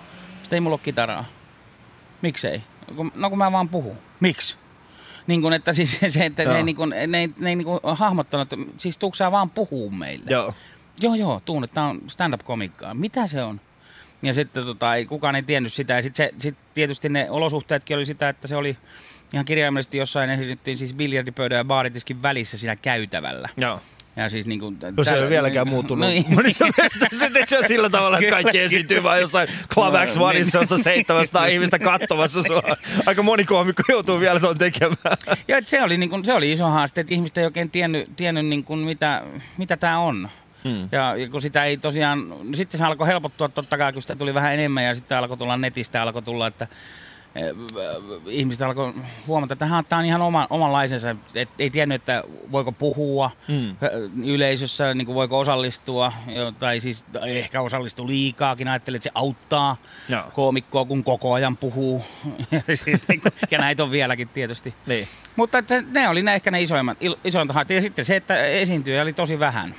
Sitten ei mulla ole kitaraa. Miksei? No kun mä vaan puhun. Miksi? Niin kuin, että siis se, että se ei, niin kuin, ne ei niin kuin hahmottanut, että siis tuutko sä vaan puhuu meille? Joo, tuun, että tää on stand-up-komikkaa. Mitä se on? Ja sitten ei kukaan ei tiennyt sitä. Ja sitten tietysti ne olosuhteetkin oli sitä, että se oli ihan kirjaimellisesti jossain esitettiin siis biljardipöydän ja baaritiskin välissä siinä käytävällä. Joo. Ja siis niin kuin, se ei ole vieläkään muuttunut. Sitten se on sillä tavalla, että kaikki esiintyy vaan jossain Club X1, jossa 700 ihmistä katsomassa sua. Aika moni koomikko joutuu vielä tuon tekemään. Ja se oli iso haaste, että ihmiset ei oikein tiennyt niin kuin mitä tämä on. Ja kun sitä ei tosiaan, sitten se alkoi helpottua totta kai, kun sitä tuli vähän enemmän ja sitten alkoi tulla netistä, alkoi tulla, että ihmiset alkoi huomata, että tämä on ihan omanlaisensa, et ei tiennyt, että voiko puhua yleisössä, niin kuin voiko osallistua, tai siis ehkä osallistua liikaakin, ajattelin, että se auttaa koomikkoa, kun koko ajan puhuu, ja näitä on vieläkin tietysti. Niin. Mutta ne oli ehkä ne isoimmat haasteet, ja sitten se, että esiintyjä oli tosi vähän.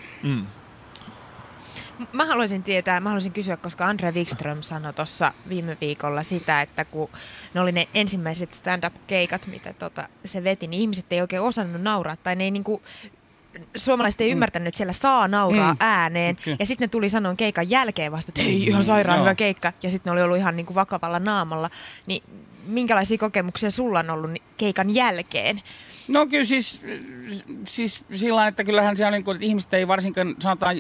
Mä haluaisin kysyä, koska Andre Wikström sanoi tuossa viime viikolla sitä, että kun ne oli ne ensimmäiset stand-up-keikat, mitä se veti, niin ihmiset ei oikein osannut nauraa, tai ne ei niinku, suomalaiset ei ymmärtänyt, että siellä saa nauraa ääneen, ja sitten ne tuli sanoa keikan jälkeen vasta, että hei, ihan sairaan hyvä keikka, ja sitten ne oli ollut ihan niinku vakavalla naamalla, niin minkälaisia kokemuksia sulla on ollut keikan jälkeen? No kyllä siis sillä tavalla, että kyllähän se on niin kuin, että ihmiset ei varsinkaan sanotaan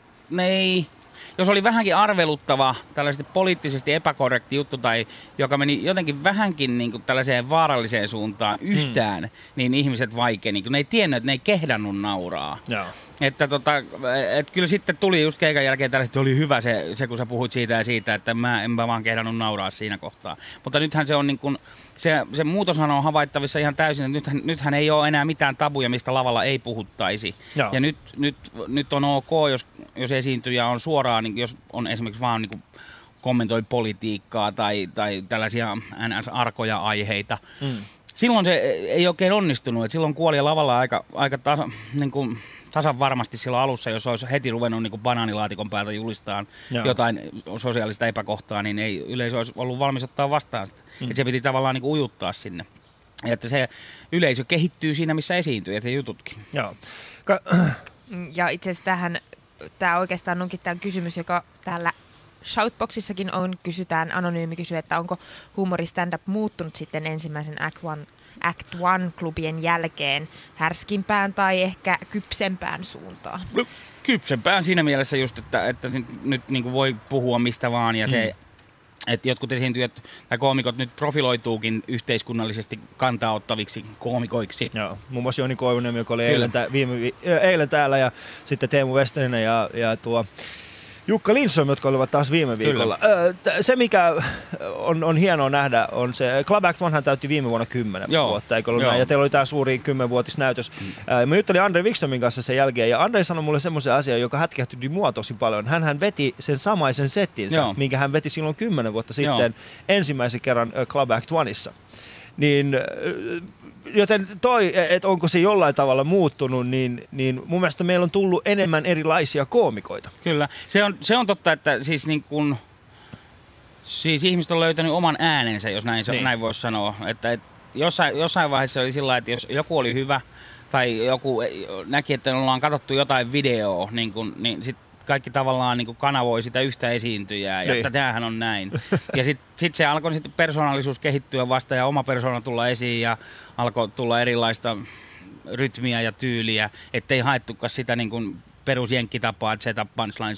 jos oli vähänkin arveluttava, tällaisesti poliittisesti epäkorrekti juttu tai joka meni jotenkin vähänkin niin kuin tällaiseen vaaralliseen suuntaan yhtään, niin ihmiset vaikeni, kun ne ei tiennyt, että ne ei kehdannut nauraa. Joo. Että kyllä sitten tuli just keikan jälkeen tällaiset, että oli hyvä se, kun sä puhuit siitä ja siitä, että enpä vaan kehdannut nauraa siinä kohtaa. Mutta nythän se on niin kuin, se muutoshan on havaittavissa ihan täysin, että nythän ei ole enää mitään tabuja, mistä lavalla ei puhuttaisi. Joo. Ja nyt on ok, jos esiintyjä on suoraan, niin jos on esimerkiksi vaan niin kuin kommentoi politiikkaa tai tällaisia NS-arkoja aiheita. Silloin se ei oikein onnistunut, että silloin kuoli lavalla aika tasan varmasti silloin alussa, jos olisi heti ruvennut niin kuin banaanilaatikon päältä julistaan jotain sosiaalista epäkohtaa, niin ei yleisö olisi ollut valmis ottaa vastaan sitä. Että se piti tavallaan niin kuin ujuttaa sinne. Ja että se yleisö kehittyy siinä, missä esiintyy, ja se jututkin. Joo. Ja itse asiassa tämä oikeastaan onkin tämä kysymys, joka täällä Shoutboxissakin kysytään, anonyymi kysyy, että onko huumori stand-up muuttunut sitten ensimmäisen Act One-klubien jälkeen härskimpään tai ehkä kypsempään suuntaan? No, kypsempään siinä mielessä just, että nyt niin kuin voi puhua mistä vaan ja se, että jotkut esiintyjät tai koomikot nyt profiloituukin yhteiskunnallisesti kantaa ottaviksi koomikoiksi. Joo, muun muassa Joni Koivuniemi, joka oli eilen täällä ja sitten Teemu Westerinen ja Jukka Lindström, jotka olivat taas viime viikolla. Se, mikä on hienoa nähdä, on se, Club Act Onehan täytti viime vuonna 10 vuotta, eikö ollut näin? Ja teillä oli tämä suuri 10-vuotisnäytös. Mä juttelin Andre Wikströmin kanssa sen jälkeen, ja Andre sanoi mulle semmoisen asian, joka hätkähtyi mua tosi paljon. Hän veti sen samaisen settinsä, minkä hän veti silloin 10 vuotta sitten ensimmäisen kerran Club Act Oneissa. Niin, joten että onko se jollain tavalla muuttunut, niin mun mielestä meillä on tullut enemmän erilaisia koomikoita. Kyllä. Se on totta, että siis niin kun, siis ihmiset on löytänyt oman äänensä, jos näin voisi sanoa. Että jossain vaiheessa oli sillä, että jos joku oli hyvä tai joku näki, että ollaan katsottu jotain videoa, niin sitten kaikki tavallaan niin kanavoi sitä yhtä esiintyjää, ja että tämähän on näin. Ja sitten se alkoi sitten persoonallisuus kehittyä vasta ja oma persoona tulla esiin ja alkoi tulla erilaista rytmiä ja tyyliä, ettei haettukaan sitä niin kuin perusjenkkitapaa, että setup, punchline,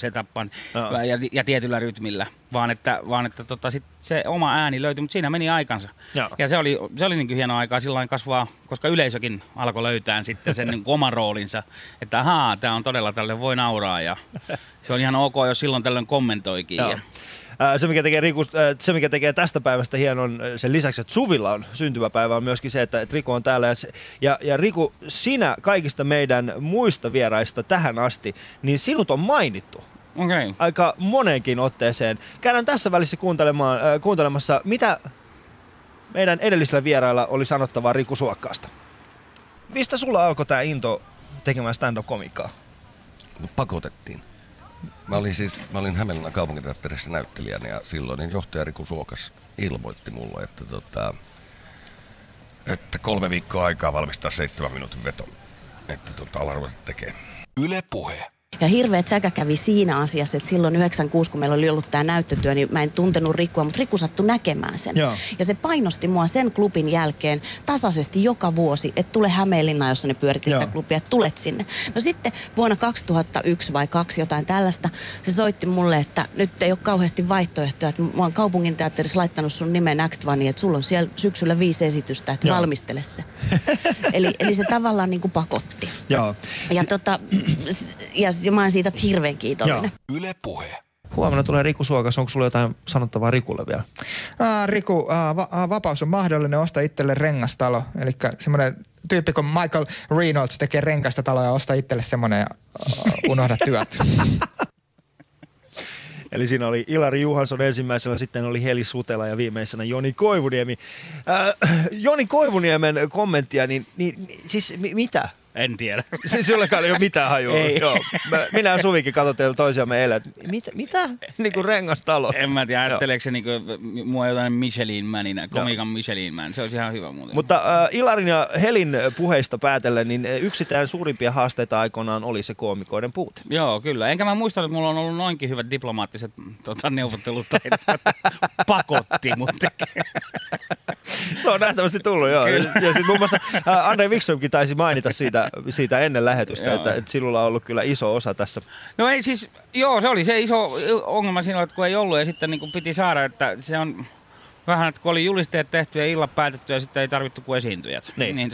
ja tietyllä rytmillä, vaan että sit se oma ääni löytyi, mutta siinä meni aikansa. Ja se oli niin kuin hienoa aikaa sillain kasvaa, koska yleisökin alkoi löytää sitten sen niin kuin oman roolinsa, että ahaa, tämä on todella tälle voi nauraa, ja se on ihan ok, jos silloin tällöin kommentoikin. Se, mikä tekee tästä päivästä hienon sen lisäksi, että Suvilla on syntymäpäivä, on myöskin se, että Riku on täällä. Ja Riku, sinä kaikista meidän muista vieraista tähän asti, niin sinut on mainittu. Okay. Aika moneenkin otteeseen. Käydään tässä välissä kuuntelemassa, mitä meidän edellisellä vierailla oli sanottavaa Riku Suokkaasta. Mistä sulla alkoi tämä into tekemään stand-up-komiikkaa? Pakotettiin. Mä olin Hämeenlinnan kaupunginteatterissa näyttelijänä ja silloin johtaja Riku Suokas ilmoitti mulle, että 3 viikkoa aikaa valmistaa 7 minuutin veto, että ala ruveta tekemään. Yle Puhe. Ja hirveä säkä kävi siinä asiassa, että silloin 96, kun meillä oli ollut tämä näyttötyö, niin mä en tuntenut Rikkua, mutta Rikku sattui näkemään sen. Joo. Ja se painosti mua sen klubin jälkeen tasaisesti joka vuosi, että tule Hämeenlinnaan, jossa ne pyöritti sitä klubia, että tulet sinne. No sitten vuonna 2001 vai 2002 jotain tällaista, se soitti mulle, että nyt ei ole kauheasti vaihtoehtoja, että mä oon kaupunginteatterissa laittanut sun nimen Act Oneen, että sulla on siellä syksyllä 5 esitystä, että valmistele se. eli se tavallaan niin kuin pakotti. Joo. Ja mä oon siitä hirveän kiitollinen. Yle Puhe. Huomenna tulee Riku Suokas. Onko sulla jotain sanottavaa Rikulle vielä? Riku, vapaus on mahdollinen, osta itselle rengastalo. Eli semmoinen tyyppi, kun Michael Reynolds tekee renkasta taloa ja ostaa itselle semmoinen ja unohda työt. Eli siinä oli Ilari Juhansson ensimmäisenä, sitten oli Heli Sutela ja viimeisenä Joni Koivuniemi. Joni Koivuniemen kommenttia, niin siis mitä? En tiedä. Silläkään ei ole mitään hajua. Ei. Joo. Minä ja Suvikin katsottiin toisiamme eilen, että mitä? Niin kuin rengastalo. En mä tiedä, ajatteleeko se niinku mua jotain Michelin-mäninä, komiikan Michelin-män. Se olisi ihan hyvä muuten. Mutta Ilarin ja Helin puheista päätellen, niin yksittäin suurimpia haasteita aikoinaan oli se koomikoiden puute. Joo, kyllä. Enkä mä muistanut, että mulla on ollut noinkin hyvät diplomaattiset neuvottelutaidot. Pakotti mut tekee. Se on nähtävästi tullut, joo. Ja sitten muun muassa Andre Wikströmkin taisi mainita siitä ennen lähetystä, että sinulla on ollut kyllä iso osa tässä. No ei siis, joo, se oli se iso ongelma siinä, että kun ei ollut ja sitten niin kuin piti saada, että se on vähän, että kun oli julisteet tehty ja illat päätetty ja sitten ei tarvittu kuin esiintyjät. Niin.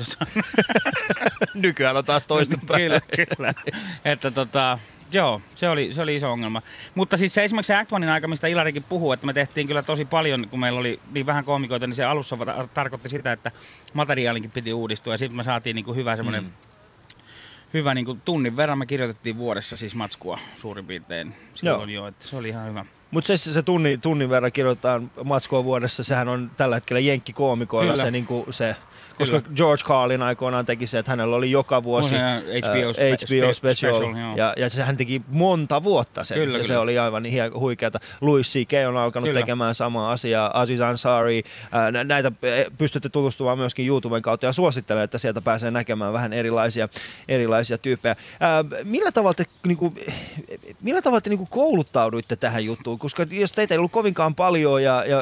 Nykyään on taas toistepäin. Kyllä. Että joo, se oli iso ongelma. Mutta siis se esimerkiksi se Act Onein aika, mistä Ilarikin puhuu, että me tehtiin kyllä tosi paljon, kun meillä oli niin vähän koomikoita, niin se alussa tarkoitti sitä, että materiaalinkin piti uudistua ja sitten me saatiin niin kuin hyvä semmoinen hyvä niin kuin tunnin verran me kirjoitettiin vuodessa siis matskua suurin piirtein silloin jo, että se oli ihan hyvä. Mutta se tunnin verran kirjoitetaan matskua vuodessa, sehän on tällä hetkellä jenkkikoomikoilla se, niin kuin se koska George Carlin aikoinaan teki se, että hänellä oli joka vuosi HBO Special ja hän teki monta vuotta sen. Kyllä. Se oli aivan niin huikeata. Louis C.K. on alkanut tekemään samaa asiaa. Aziz Ansari, näitä pystytte tutustumaan myöskin YouTuben kautta ja suosittelen, että sieltä pääsee näkemään vähän erilaisia tyyppejä. Millä tavalla te kouluttauduitte tähän juttuun? Koska jos teitä ei ollut kovinkaan paljon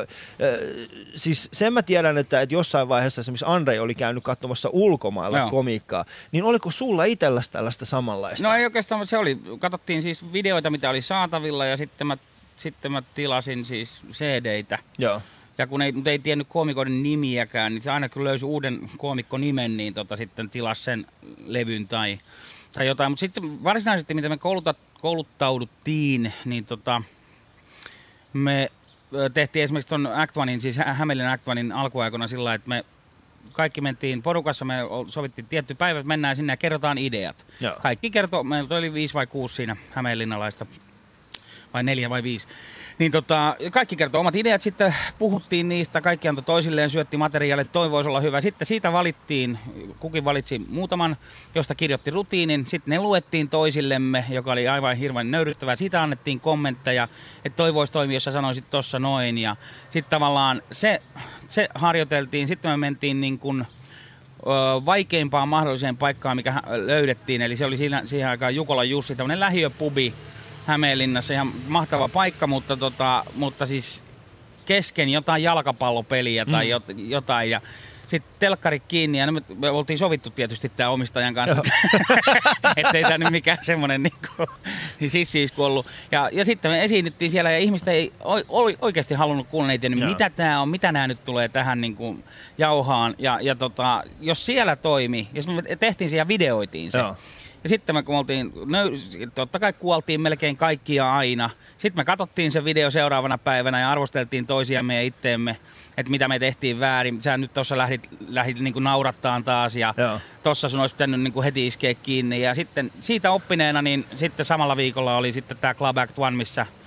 siis sen mä tiedän, että jossain vaiheessa esimerkiksi Andre oli käynyt katsomassa ulkomailla komiikkaa, niin oliko sulla itselläsi tällaista samanlaista? No ei oikeastaan, se oli, katsottiin siis videoita, mitä oli saatavilla ja sitten mä tilasin siis CD-tä. Joo. Ja kun ei tiennyt koomikoiden nimiäkään, niin se aina kun löysi uuden koomikko-nimen, niin sitten tilasi sen levyn tai jotain. Mutta sitten varsinaisesti, mitä me kouluttauduttiin, niin me tehtiin esimerkiksi ton Act Onein, siis Hämeenlinnan Act Onein alkuaikoina sillä lailla, että me kaikki mentiin porukassa, me sovittiin tietty päivä, että mennään sinne ja kerrotaan ideat. Joo. Kaikki kertoo, meillä oli 5 vai 6 siinä hämeenlinnalaista, vai 4 vai 5. Niin kaikki kertoo omat ideat, sitten puhuttiin niistä, kaikki antoi toisilleen, syötti materiaalit, toi voisi olla hyvä. Sitten siitä valittiin, kukin valitsi muutaman, josta kirjoitti rutiinin, sitten ne luettiin toisillemme, joka oli aivan hirveän nöyryttävää. Siitä annettiin kommentteja, että toi voisi toimia, jos sä sanoisit tossa noin. Ja sitten tavallaan se harjoiteltiin, sitten me mentiin niin kuin vaikeimpaan mahdolliseen paikkaan, mikä löydettiin. Eli se oli siihen aikaan Jukolan Jussi, tämmöinen lähiöpubi Hämeenlinnassa, ihan mahtava paikka, mutta siis kesken jotain jalkapallopeliä tai jotain ja sitten telkkari kiinni ja me oltiin sovittu tietysti tämän omistajan kanssa, ettei tämä nyt mikään semmoinen niin sissi-isku ollut. Ja sitten me esiinnyttiin siellä ja ihmiset ei oikeasti halunnut kuulla, ei tiennyt mitä tämä on, mitä nämä nyt tulee tähän niin kuin jauhaan. Ja jos siellä toimi, jos me tehtiin se ja videoitiin se. Ja sitten me kun oltiin, totta kai kuoltiin melkein kaikkia aina. Sitten me katsottiin se video seuraavana päivänä ja arvosteltiin toisiamme ja itteemme, että mitä me tehtiin väärin. Sä nyt tuossa lähdit niin kuin naurattaan taas ja tuossa sun olisi pitänyt niin kuin heti iskeä kiinni. Ja sitten siitä oppineena, niin sitten samalla viikolla oli sitten tämä Club Act One, missä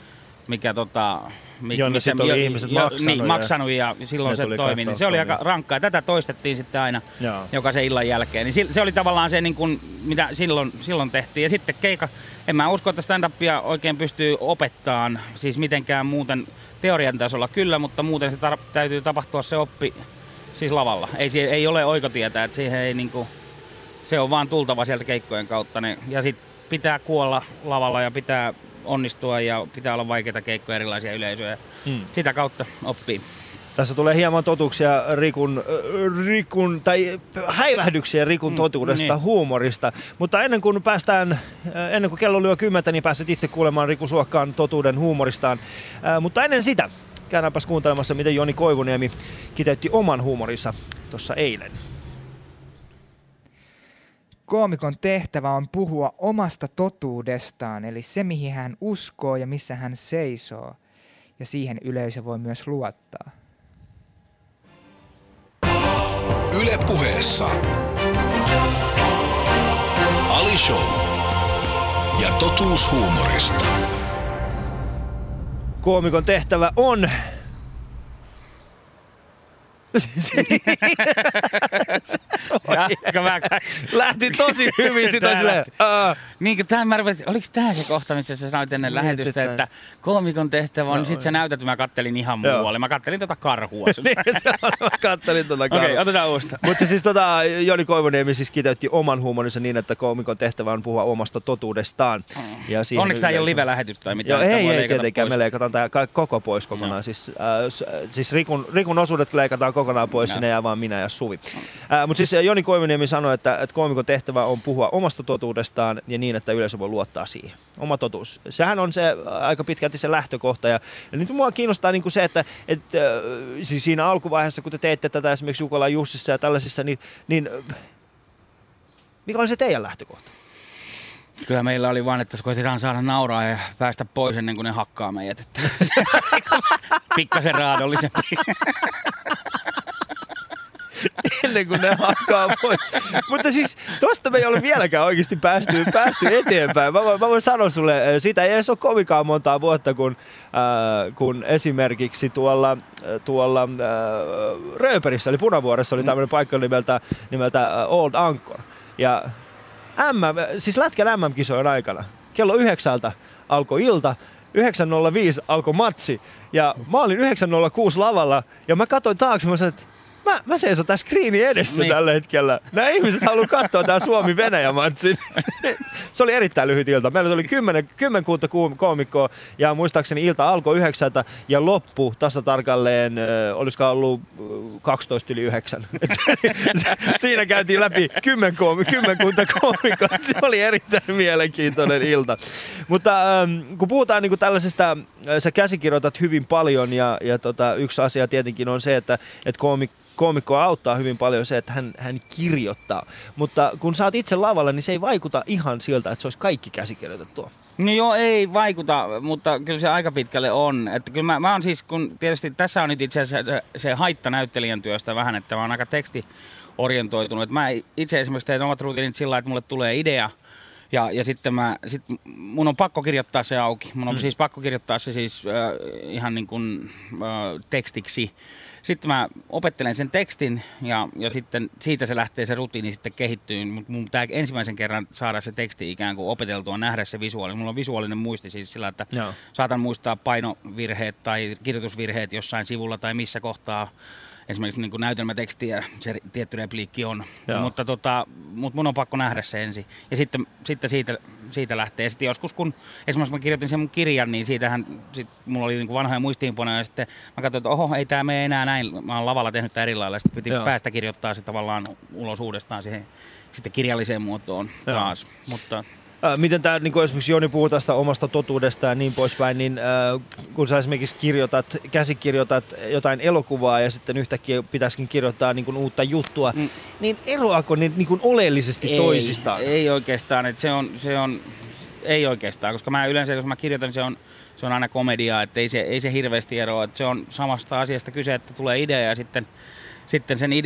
Jonne sit oli ihmiset maksanut ja silloin se toimi. Niin se oli aika rankkaa. Tätä toistettiin sitten aina jokaisen illan jälkeen. Niin se oli tavallaan se, niin kuin, mitä silloin tehtiin. Ja sitten keika, en mä usko, että stand-upia oikein pystyy opettamaan. Siis mitenkään muuten teorian tasolla kyllä, mutta muuten se täytyy tapahtua se oppi siis lavalla. Ei ole oikotietä, että siihen ei niinku, se on vaan tultava sieltä keikkojen kautta. Ja sitten pitää kuolla lavalla ja pitää onnistua ja pitää olla vaikeita keikkoja, erilaisia yleisöjä. Sitä kautta oppii. Tässä tulee hieman totuuksia Rikun tai häivähdyksiä Rikun totuudesta, huumorista. Mutta ennen kuin kello oli jo 10, niin pääset itse kuulemaan Riku Suokkaan totuuden huumoristaan. Mutta ennen sitä käydäänpäs kuuntelemassa, miten Joni Koivuniemi kiteytti oman huumorinsa tuossa eilen. Koomikon tehtävä on puhua omasta totuudestaan, eli se mihin hän uskoo ja missä hän seisoo. Ja siihen yleisö voi myös luottaa. Yle Puheessa Ali Show ja totuus huumorista. Koomikon tehtävä on... Lähti tosi hyvin sitä silleen. Oliko tää se kohta, missä sä sanoit ennen lähetystä, että koomikon tehtävä on, sit sä näytät, että mä kattelin ihan muualle. Mä kattelin tota karhua. Mä kattelin tota karhua. Okei, otetaan uusta. Mutta siis Joni Koivuniemi siis kiteytti oman huumorinsa niin, että koomikon tehtävä on puhua omasta totuudestaan. Onneksi tää ei ole live-lähetys tai mitään. Ei tietenkään, me leikataan tää koko pois kokonaan. Siis Rikun osuudet leikataan kokonaan pois, sinne jää vaan minä ja Suvi. Mutta siis Joni Koivuniemi sanoi, että koomikon tehtävä on puhua omasta totuudestaan ja niin, että yleisö voi luottaa siihen. Oma totuus. Sehän on se aika pitkälti se lähtökohta. Ja nyt mua kiinnostaa niinku se, että siis siinä alkuvaiheessa, kun te teette tätä esimerkiksi Jukola Jussissa ja tällaisissa, niin mikä oli se teidän lähtökohta? Kyllä meillä oli vaan, että koitetaan saada nauraa ja päästä pois ennen kuin ne hakkaa meidät. Että pikkasen raadollisempi. Ennen kuin ne hakkaa pois. Mutta siis tosta me ei ole vieläkään oikeasti päästy eteenpäin. Mä voin sanoa sulle, siitä ei edes ole kovinkaan montaa vuotta, kun esimerkiksi tuolla Rööperissä, eli Punavuoressa, oli tämmöinen paikka nimeltä Old Anchor. Ja siis Lätkän MM-kisojen aikana kello 9 alkoi ilta, 9.05 alkoi matsi ja mä olin 9.06 lavalla ja mä katsoin taakse, mä sanoin, että mä seison tässä screenin edessä tällä hetkellä. Nämä ihmiset haluaa katsoa tää Suomi-Venäjä-matsin. Se oli erittäin lyhyt ilta. Meillä oli 10 koomikkoa ja muistaakseni ilta alkoi 9 ja loppu tasatarkalleen, olisiko ollut 12:09. Siinä käytiin läpi 10 koomikkoa. Se oli erittäin mielenkiintoinen ilta. Mutta kun puhutaan niin kuin tällaisesta, sä käsikirjoitat hyvin paljon ja yksi asia tietenkin on se, että koomikkoa auttaa hyvin paljon se, että hän kirjoittaa. Mutta kun sä oot itse lavalla, niin se ei vaikuta ihan siltä, että se olisi kaikki käsikirjoitettua. No joo, ei vaikuta, mutta kyllä se aika pitkälle on. Että kyllä mä oon siis, kun tietysti tässä on nyt itse asiassa se haitta näyttelijän työstä vähän, että mä oon aika tekstiorientoitunut. Että mä itse esimerkiksi teen omat rutiinit sillä lailla, että mulle tulee idea. Ja sitten mun on pakko kirjoittaa se auki. Mun on siis pakko kirjoittaa se siis ihan niin kuin tekstiksi. Sitten mä opettelen sen tekstin ja sitten siitä se lähtee se rutiini sitten kehittyy. Mun pitää ensimmäisen kerran saada se teksti ikään kuin opeteltua, nähdä se visuaali. Mulla on visuaalinen muisti siis sillä, että saatan muistaa painovirheet tai kirjoitusvirheet jossain sivulla tai missä kohtaa. Esimerkiksi niin kuin näytelmätekstiä se tietty repliikki on, mutta mun on pakko nähdä se ensin. Ja sitten siitä lähtee. Ja sitten joskus, kun esimerkiksi mä kirjoitin sen mun kirjan, niin mulla oli niin kuin vanhoja muistiinpanoja ja sitten mä katsoin, että oho, ei tää mene enää näin. Mä oon lavalla tehnyt tää eri lailla. Sitten piti päästä kirjoittaa se tavallaan ulos uudestaan siihen sitten kirjalliseen muotoon taas. Mutta miten tämä, niin esimerkiksi Joni puhuu tästä omasta totuudesta ja niin poispäin, niin kun sä esimerkiksi käsikirjoitat jotain elokuvaa ja sitten yhtäkkiä pitäisikin kirjoittaa niin kuin uutta juttua, niin eroako ne niin kuin oleellisesti toisistaan? Ei oikeastaan, että ei oikeastaan, koska mä yleensä, jos mä kirjoitan, se on aina komediaa, että ei se hirveästi eroa, että se on samasta asiasta kyse, että tulee idea ja sitten sen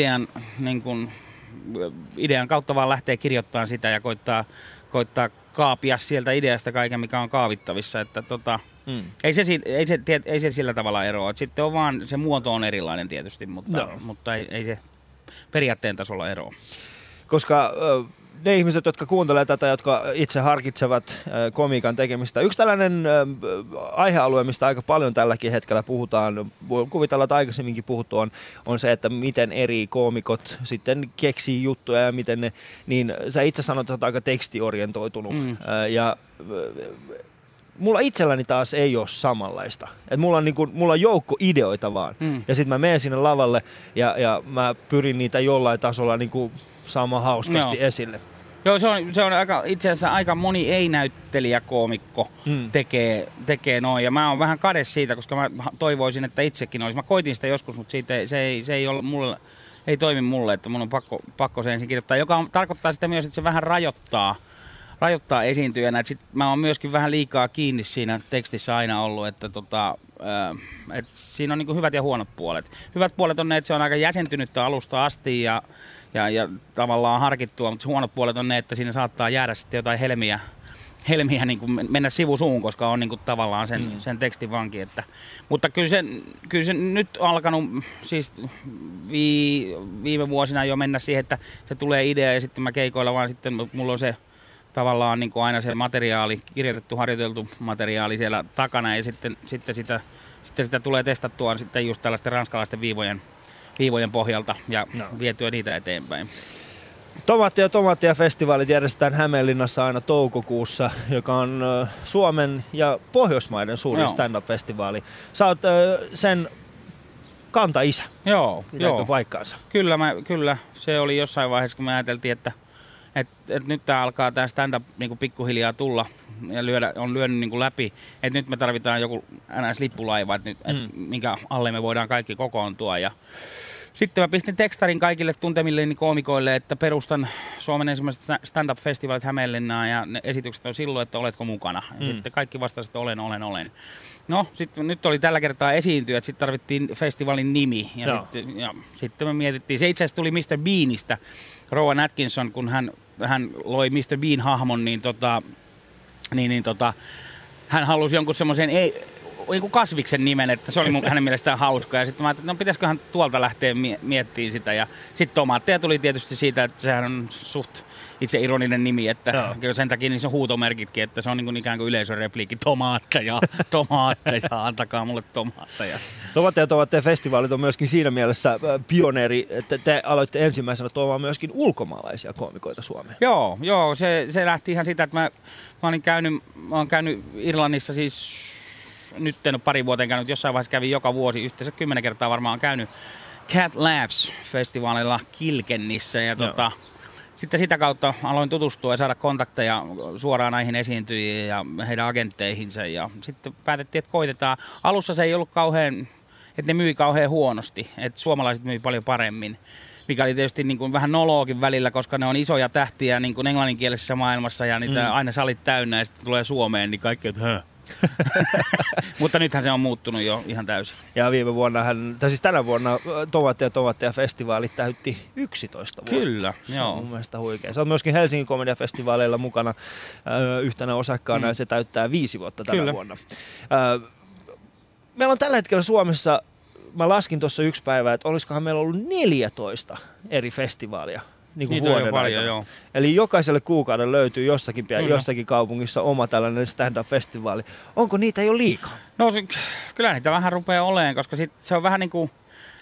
idean kautta vaan lähtee kirjoittamaan sitä ja koittaa kaapia sieltä ideasta kaiken, mikä on kaavittavissa. Että Ei se sillä tavalla eroa. Sitten on vaan, se muoto on erilainen tietysti, mutta ei se periaatteen tasolla eroa. Koska ne ihmiset, jotka kuuntelee tätä, jotka itse harkitsevat komiikan tekemistä. Yksi tällainen aihealue, mistä aika paljon tälläkin hetkellä puhutaan, voi kuvitella, että aikaisemminkin puhuttu on se, että miten eri koomikot sitten keksii juttuja ja miten ne, niin sä itse sanot, että olet aika tekstiorientoitunut ja mulla itselläni taas ei ole samanlaista. Et mulla on joukko ideoita vaan ja sitten mä menen sinne lavalle ja mä pyrin niitä jollain tasolla niinku saamaan hauskasti esille. Joo, se on itse asiassa aika moni ei-näyttelijäkoomikko tekee noin. Ja mä oon vähän kade siitä, koska mä toivoisin, että itsekin olisi. Mä koitin sitä joskus, mutta se ei ole mulle, ei toimi mulle, että mun on pakko se ensin kirjoittaa. Joka tarkoittaa sitä myös, että se vähän rajoittaa esiintyjänä. Sit mä oon myöskin vähän liikaa kiinni siinä tekstissä aina ollut, että siinä on niinku hyvät ja huonot puolet. Hyvät puolet on ne, että se on aika jäsentynyttä alusta asti ja tavallaan harkittua, mutta huonot puolet on ne, että siinä saattaa jäädä sitten jotain helmiä niin kuin mennä sivusuun, koska on niin kuin tavallaan sen tekstin vanki. Mutta kyllä se nyt on alkanut siis viime vuosina jo mennä siihen, että se tulee idea ja sitten mä keikoilla vaan sitten mulla on se tavallaan niin kuin aina se materiaali, kirjoitettu, harjoiteltu materiaali siellä takana ja sitten sitä tulee testattua sitten just tällaisten ranskalaisten viivojen pohjalta ja vietyä niitä eteenpäin. Tomaattia festivaalit järjestetään Hämeenlinnassa aina toukokuussa, joka on Suomen ja Pohjoismaiden suurin stand-up-festivaali. Sä oot sen kantaisä. Joo. Paikkaansa? Kyllä. Se oli jossain vaiheessa, kun me ajateltiin, että nyt tää alkaa tää stand-up niinku pikkuhiljaa tulla ja on lyönyt niinku läpi, että nyt me tarvitaan joku NS-lippulaiva, minkä alle me voidaan kaikki kokoontua. Ja sitten mä pistin tekstarin kaikille tuntemilleni koomikoille, että perustan Suomen ensimmäiset stand-up-festivaalit Hämeenlinnaan ja ne esitykset on silloin, että oletko mukana. Ja sitten kaikki vastasivat, että olen. No, nyt oli tällä kertaa esiintyjät, sitten tarvittiin festivaalin nimi ja sitten me mietittiin, se itse asiassa tuli Mr. Beanistä, Rowan Atkinson, kun hän loi Mr. Bean-hahmon, niin hän halusi jonkun semmoisen kasviksen nimen, että se oli hänen mielestään hauska. Ja sitten mä ajattelin, että pitäisiköhän tuolta lähteä miettimään sitä. Ja sitten tomaatteja tuli tietysti siitä, että sehän on suht itse ironinen nimi, että sen takia niin se on huutomerkitkin, että se on niin ikään kuin yleisörepliikki, tomaatteja, antakaa mulle tomaatteja. Tomaatteja festivaalit on myöskin siinä mielessä pioneeri, että te aloitte ensimmäisenä tuomaan myöskin ulkomaalaisia koomikoita Suomeen. Joo, se lähti ihan siitä, että mä oon käynyt Irlannissa siis. Nyt en ole pari vuoteen käynyt, jossain vaiheessa kävin joka vuosi, yhteensä 10 kertaa varmaan on käynyt Cat Laughs-festivaalilla Kilkennissä ja sitten sitä kautta aloin tutustua ja saada kontakteja suoraan näihin esiintyjiin ja heidän agentteihinsa ja sitten päätettiin, että koitetaan. Alussa se ei ollut kauhean, että ne myi kauhean huonosti, että suomalaiset myi paljon paremmin, mikä oli tietysti niin kuin vähän noloakin välillä, koska ne on isoja tähtiä niin kuin englanninkielisessä maailmassa ja niitä aina salit täynnä ja sitten tulee Suomeen, niin kaikki, että Mutta nythän se on muuttunut jo ihan täysin. Ja viime vuonna tänä vuonna Tomaatteja festivaali täytti 11 vuotta. Kyllä, se on mun mielestä huikea. Sä oot myöskin Helsingin komediafestivaaleilla mukana yhtenä osakkaana ja se täyttää 5 vuotta tänä vuonna. Meillä on tällä hetkellä Suomessa, mä laskin tuossa yksi päivä, että olisikohan meillä ollut 14 eri festivaalia. Niin vuoden paljon, joo. Eli jokaiselle kuukaudelle löytyy jossakin kaupungissa oma tällainen stand-up-festivaali. Onko niitä jo liikaa? No kyllä niitä vähän rupeaa olemaan, koska se on vähän niin kuin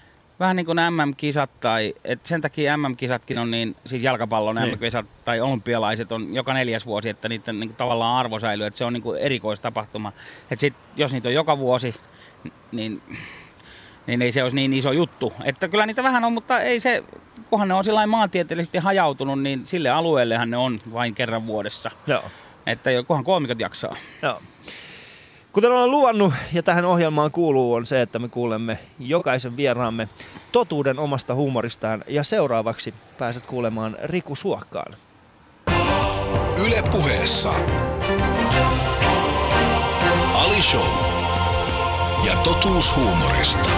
MM-kisat tai sen takia MM-kisatkin on niin, siis jalkapallon MM-kisat tai olympialaiset on joka 4. vuosi, että niiden niin tavallaan arvo säilyy, että se on niin kuin erikoistapahtuma. Että sit, jos niitä on joka vuosi, niin ei se olisi niin iso juttu. Että kyllä niitä vähän on, mutta ei se, kunhan ne on sillain maantieteellisesti hajautunut, niin sille alueellehan ne on vain kerran vuodessa. Joo. Että kunhan koomikot jaksaa. Joo. Kuten olen luvannut ja tähän ohjelmaan kuuluu on se, että me kuulemme jokaisen vieraamme totuuden omasta huumoristaan ja seuraavaksi pääset kuulemaan Riku Suokkaan. Yle Puheessa Ali Show ja totuus huumorista.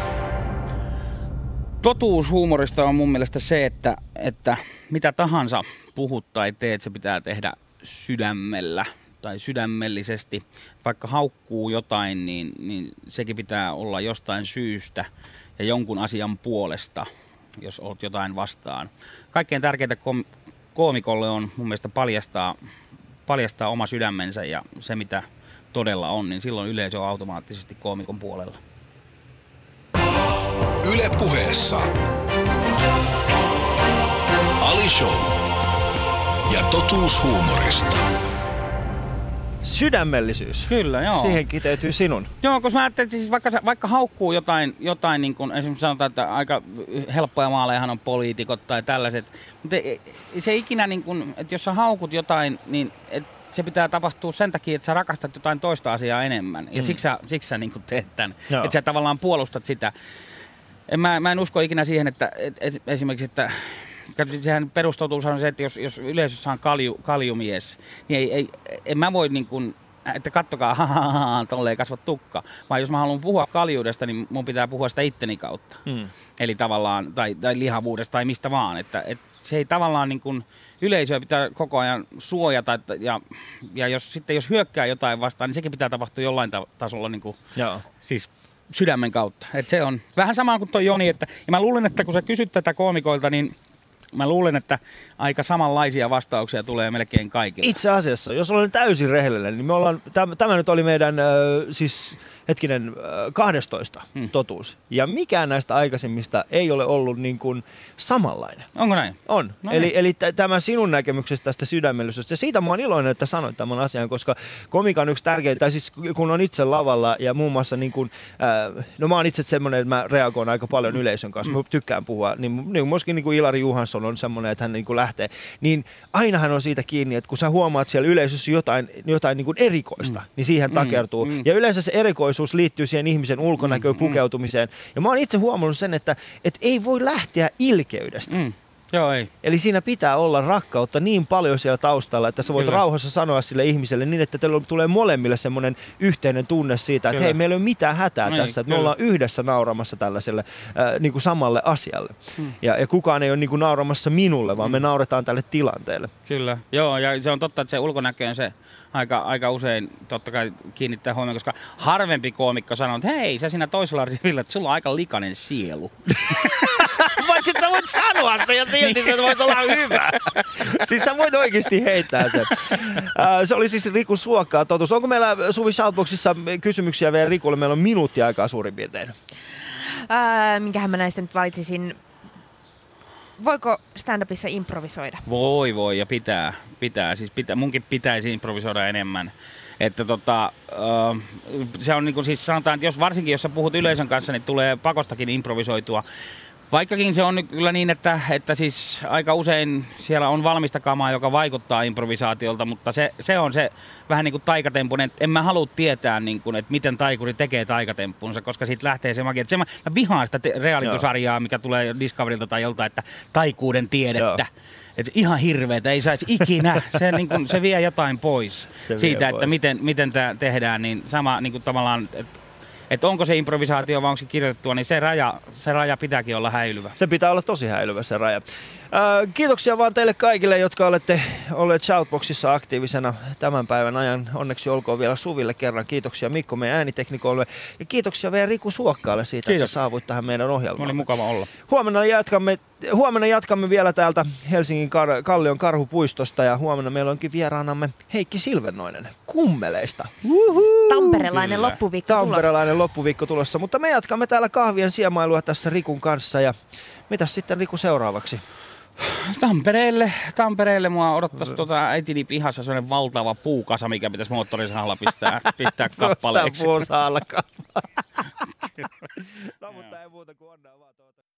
Totuus huumorista on mun mielestä se, että mitä tahansa puhut tai teet, se pitää tehdä sydämellä. tai sydämellisesti. Vaikka haukkuu jotain, niin sekin pitää olla jostain syystä ja jonkun asian puolesta, jos olet jotain vastaan. Kaikkein tärkeintä koomikolle on mun mielestä paljastaa oma sydämensä ja se, mitä todella on, niin silloin yleisö on automaattisesti koomikon puolella. Yle Puheessa Ali Show ja totuus huumorista. Sydämellisyys. Kyllä, joo. Siihen kiteytyy sinun. Joo, koska mä ajattelin, että siis vaikka haukkuu jotain niin kuin esimerkiksi sanotaan, että aika helppoja maalejahan on poliitikot tai tällaiset, mutta se ikinä, niin kuin, että jos sä haukut jotain, niin se pitää tapahtua sen takia, että sä rakastat jotain toista asiaa enemmän. Ja siksi sä niin kuin teet tämän. Että sä tavallaan puolustat sitä. Mä en usko ikinä siihen, että esimerkiksi, että sehän perustotuus on se, että jos yleisössä on kaljumies, niin en mä voi niin kuin, että kattokaa, tolleen kasva tukka. Vaan jos mä haluan puhua kaljuudesta, niin mun pitää puhua sitä itteni kautta. Eli tavallaan, tai lihavuudesta tai mistä vaan. Että se ei tavallaan niin kuin, yleisöä pitää koko ajan suojata. Ja jos hyökkää jotain vastaan, niin sekin pitää tapahtua jollain tasolla niin kuin, siis sydämen kautta. Et se on vähän sama kuin toi Joni. Ja mä luulen, että kun sä kysyt tätä koomikoilta, niin mä luulen, että aika samanlaisia vastauksia tulee melkein kaikille. Itse asiassa, jos olen täysin rehellinen, niin me ollaan, tämä nyt oli meidän siis 12 totuus. Ja mikään näistä aikaisemmista ei ole ollut niin kuin samanlainen. Onko näin? On. No eli tämä sinun näkemyksestä tästä sydämellisyydestä. Ja siitä mä oon iloinen, että sanoit tämän asian, koska komikan yksi tärkeä, tai siis kun on itse lavalla ja muun muassa niin kuin, no mä oon itse semmoinen, että mä reagoin aika paljon yleisön kanssa. Mä tykkään puhua. Niin myöskin niin kuin Ilari Johansson on semmoinen, että hän niin kuin lähtee. Niin ainahan on siitä kiinni, että kun sä huomaat siellä yleisössä jotain niin kuin erikoista, niin siihen takertuu. Ja yleensä se erikoisuus liittyy siihen ihmisen ulkonäköön, pukeutumiseen. Ja mä oon itse huomannut sen, että ei voi lähteä ilkeydestä. Joo, ei. Eli siinä pitää olla rakkautta niin paljon siellä taustalla, että sä voit rauhassa sanoa sille ihmiselle niin, että teillä tulee molemmille semmoinen yhteinen tunne siitä, että hei, meillä ei ole mitään hätää tässä, että me ollaan yhdessä nauramassa tällaiselle niin kuin samalle asialle. Ja kukaan ei ole niin kuin nauramassa minulle, vaan me nauretaan tälle tilanteelle. Kyllä, joo, ja se on totta, että se ulkonäköön se aika usein totta kai kiinnittää huomioon, koska harvempi koomikko sanoo, että hei, sä siinä toisella rivillä, että sulla on aika likainen sielu. Paitsi että sä voit sanoa se ja silti se voisi olla hyvä. Siis sä voit oikeasti heittää sen. Se oli siis Riku Suokkaa totuus. Onko meillä Suvi Shoutboxissa kysymyksiä vielä Rikulle? Meillä on minuutti aikaa suurin piirtein. Minkähän mä näistä nyt valitsisin? Voiko stand-upissa improvisoida? Voi ja pitää. Siis munkin pitäisi improvisoida enemmän. Että se on niin kuin siis sanotaan, että varsinkin jos sä puhut yleisön kanssa, niin tulee pakostakin improvisoitua. Vaikkakin se on kyllä niin, että siis aika usein siellä on valmista kamaa, joka vaikuttaa improvisaatiolta, mutta se on se vähän niin kuin taikatempun. En mä halua tietää, niin kuin, että miten taikuri tekee taikatemppunsa, koska siitä lähtee se magia. Mä vihaan sitä reality-sarjaa, mikä tulee Discoverylta tai joltain, että taikuuden tiedettä. Että ihan hirveetä, ei saisi ikinä. Se vie jotain pois siitä, että miten tämä tehdään. Niin sama niin kuin tavallaan, että onko se improvisaatio vai onko se kirjoitettua, niin se raja pitääkin olla häilyvä. Se pitää olla tosi häilyvä se raja. Kiitoksia vaan teille kaikille, jotka olette olleet Shoutboxissa aktiivisena tämän päivän ajan. Onneksi olkoon vielä Suville kerran. Kiitoksia Mikko meidän ääniteknikolle ja kiitoksia vielä Riku Suokkaalle siitä, että saavuit tähän meidän ohjelmaan. Oli mukava olla. Huomenna jatkamme vielä täältä Helsingin Kallion Karhupuistosta ja huomenna meillä onkin vieraanamme Heikki Silvennoinen Kummeleista. Tamperelainen loppuviikko tulossa. Mutta me jatkamme täällä kahvien siemailua tässä Rikun kanssa ja mitäs sitten Riku seuraavaksi? Tampereelle mua odottaisi äitini pihassa sellainen valtava puukasa, mikä pitäisi moottorisahalla pistää kappaleeksi. Puusahalla kappaleeksi. No mutta ei muuta kuin onnea vaan.